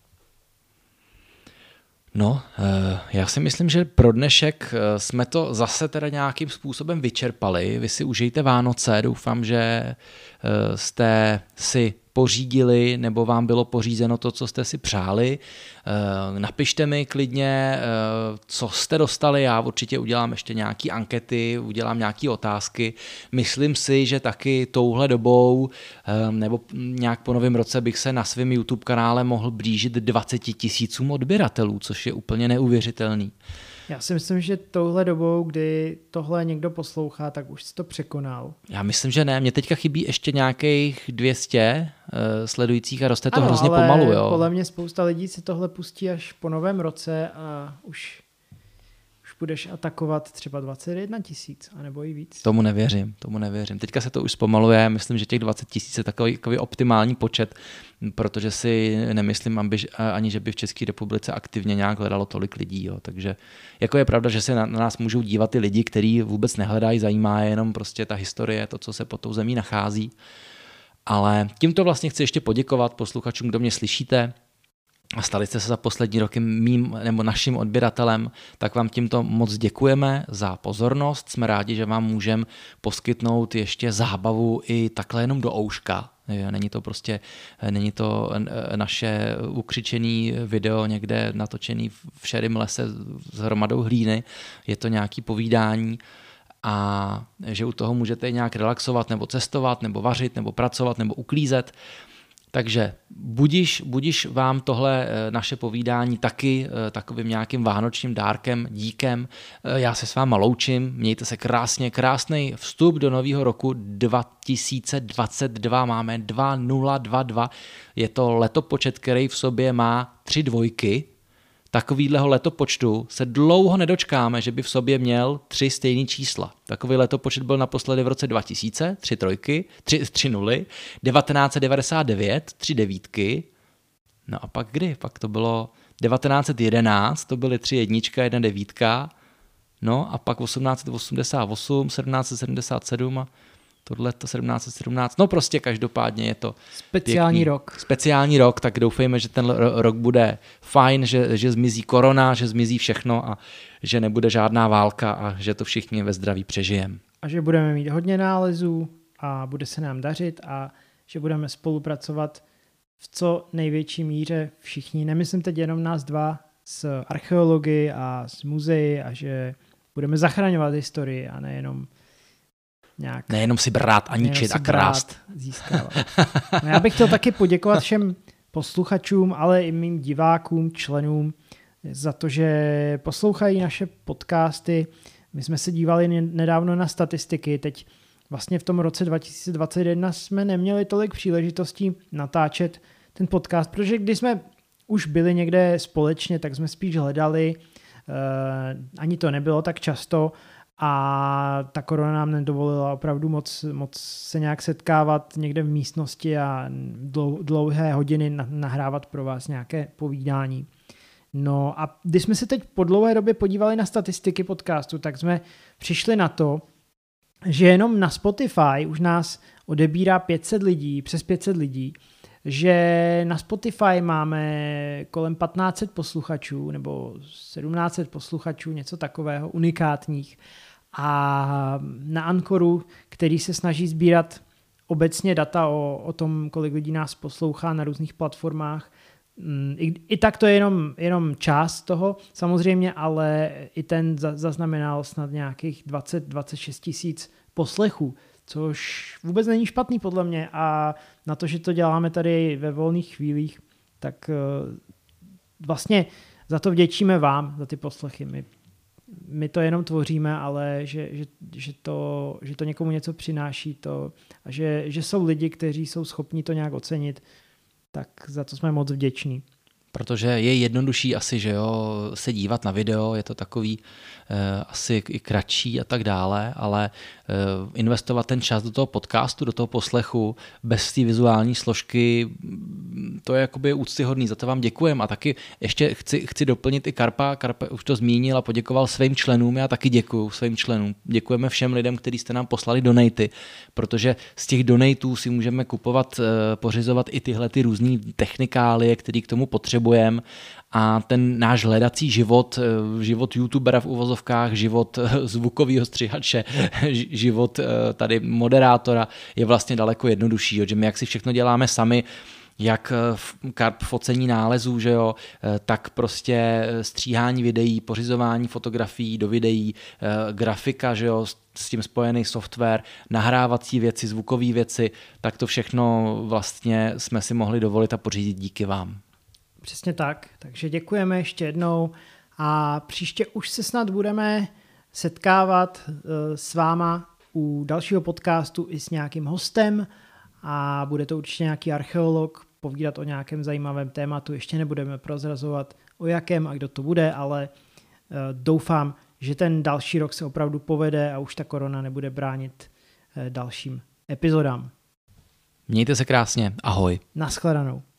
No, já si myslím, že pro dnešek jsme to zase teda nějakým způsobem vyčerpali. Vy si užijte Vánoce, doufám, že jste si pořídili nebo vám bylo pořízeno to, co jste si přáli. Napište mi klidně, co jste dostali, já určitě udělám ještě nějaké ankety, udělám nějaké otázky. Myslím si, že taky touhle dobou nebo nějak po novém roce bych se na svém YouTube kanále mohl blížit dvacet tisícům odběratelů, což je úplně neuvěřitelný. Já si myslím, že touhle dobou, kdy tohle někdo poslouchá, tak už si to překonal. Já myslím, že ne. Mně teďka chybí ještě nějakých dvě stě uh, sledujících a roste to ano, hrozně ale pomalu. Jo. Podle mě spousta lidí si tohle pustí až po novém roce a už, už budeš atakovat třeba dvacet jedna tisíc, anebo i víc. Tomu nevěřím, tomu nevěřím. Teďka se to už zpomaluje, myslím, že těch dvacet tisíc je takový, takový optimální počet, protože si nemyslím ani, že by v České republice aktivně nějak hledalo tolik lidí. Jo. Takže jako je pravda, že se na, na nás můžou dívat ty lidi, kteří vůbec nehledají, zajímá je jenom prostě ta historie, to, co se pod tou zemí nachází. Ale tímto vlastně chci ještě poděkovat posluchačům, kdo mě slyšíte, a stali jste se za poslední roky mým nebo naším odběratelem, tak vám tímto moc děkujeme za pozornost. Jsme rádi, že vám můžeme poskytnout ještě zábavu i takhle jenom do ouška. Není to prostě, není to naše ukřičený video někde natočený v šerém lese s hromadou hlíny, je to nějaký povídání a že u toho můžete nějak relaxovat nebo cestovat, nebo vařit, nebo pracovat, nebo uklízet. Takže budiš, budiš vám tohle naše povídání taky takovým nějakým vánočním dárkem, díkem. Já se s váma loučím, mějte se krásně, krásný vstup do nového roku dva tisíce dvacet dva, máme dva nula dva dva, je to letopočet, který v sobě má tři dvojky. Takovýhleho letopočtu se dlouho nedočkáme, že by v sobě měl tři stejný čísla. Takový letopočet byl naposledy v roce dva tisíce, tři trojky, tři, tři nuly, devatenáct set devadesát devět, tři devítky, no a pak kdy? Pak to bylo devatenáct set jedenáct, to byly tři jednička, jedna devítka, no a pak osmnáct set osmdesát osm, sedmnáct set sedmdesát sedm a tohle to sedmnáct set sedmnáct, no prostě každopádně je to speciální pěkný, rok. Speciální rok, tak doufejme, že ten rok bude fajn, že, že zmizí korona, že zmizí všechno a že nebude žádná válka a že to všichni ve zdraví přežijeme. A že budeme mít hodně nálezů a bude se nám dařit a že budeme spolupracovat v co největší míře všichni. Nemyslím teď jenom nás dva s archeology a s muzeí a že budeme zachraňovat historii a nejenom nějak... Nejenom si brát a ničit a krást. No já bych chtěl taky poděkovat všem posluchačům, ale i mým divákům, členům za to, že poslouchají naše podcasty. My jsme se dívali nedávno na statistiky. Teď vlastně v tom roce dva tisíce dvacet jedna jsme neměli tolik příležitostí natáčet ten podcast, protože když jsme už byli někde společně, tak jsme spíš hledali. Ani to nebylo tak často. A ta korona nám nedovolila opravdu moc, moc se nějak setkávat někde v místnosti a dlouhé hodiny nahrávat pro vás nějaké povídání. No a když jsme se teď po dlouhé době podívali na statistiky podcastu, tak jsme přišli na to, že jenom na Spotify už nás odebírá pět set lidí, přes pět set lidí, že na Spotify máme kolem patnáct set posluchačů nebo sedmnáct set posluchačů, něco takového, unikátních. A na Anchoru, který se snaží sbírat obecně data o, o tom, kolik lidí nás poslouchá na různých platformách, I, i tak to je jenom, jenom část toho samozřejmě, ale i ten zaznamenal snad nějakých dvacet až dvacet šest tisíc poslechů, což vůbec není špatný podle mě a na to, že to děláme tady ve volných chvílích, tak vlastně za to vděčíme vám, za ty poslechy. My, my to jenom tvoříme, ale že, že, že, to, že to někomu něco přináší to, a že, že jsou lidi, kteří jsou schopni to nějak ocenit, tak za to jsme moc vděční. Protože je jednodušší asi, že jo, se dívat na video, je to takový e, asi i kratší a tak dále, ale e, investovat ten čas do toho podcastu, do toho poslechu, bez té vizuální složky, to je jakoby úctyhodný, za to vám děkujem. A taky ještě chci, chci doplnit i Karpa, Karpa už to zmínil a poděkoval svým členům, já taky děkuju svým členům. Děkujeme všem lidem, kteří jste nám poslali donaty, protože z těch donatů si můžeme kupovat, e, pořizovat i tyhle ty různý technikálie, které k tomu potřebujeme. A ten náš hledací život, život youtubera v uvozovkách, život zvukového střihače, život tady moderátora je vlastně daleko jednodušší, že my jak si všechno děláme sami, jak Karp focení nálezů, že jo, tak prostě stříhání videí, pořizování fotografií do videí, grafika, že jo, s tím spojený software, nahrávací věci, zvukové věci, tak to všechno vlastně jsme si mohli dovolit a pořídit díky vám. Přesně tak, takže děkujeme ještě jednou a příště už se snad budeme setkávat s váma u dalšího podcastu i s nějakým hostem a bude to určitě nějaký archeolog, povídat o nějakém zajímavém tématu, ještě nebudeme prozrazovat o jakém a kdo to bude, ale doufám, že ten další rok se opravdu povede a už ta korona nebude bránit dalším epizodám. Mějte se krásně, ahoj. Naschledanou.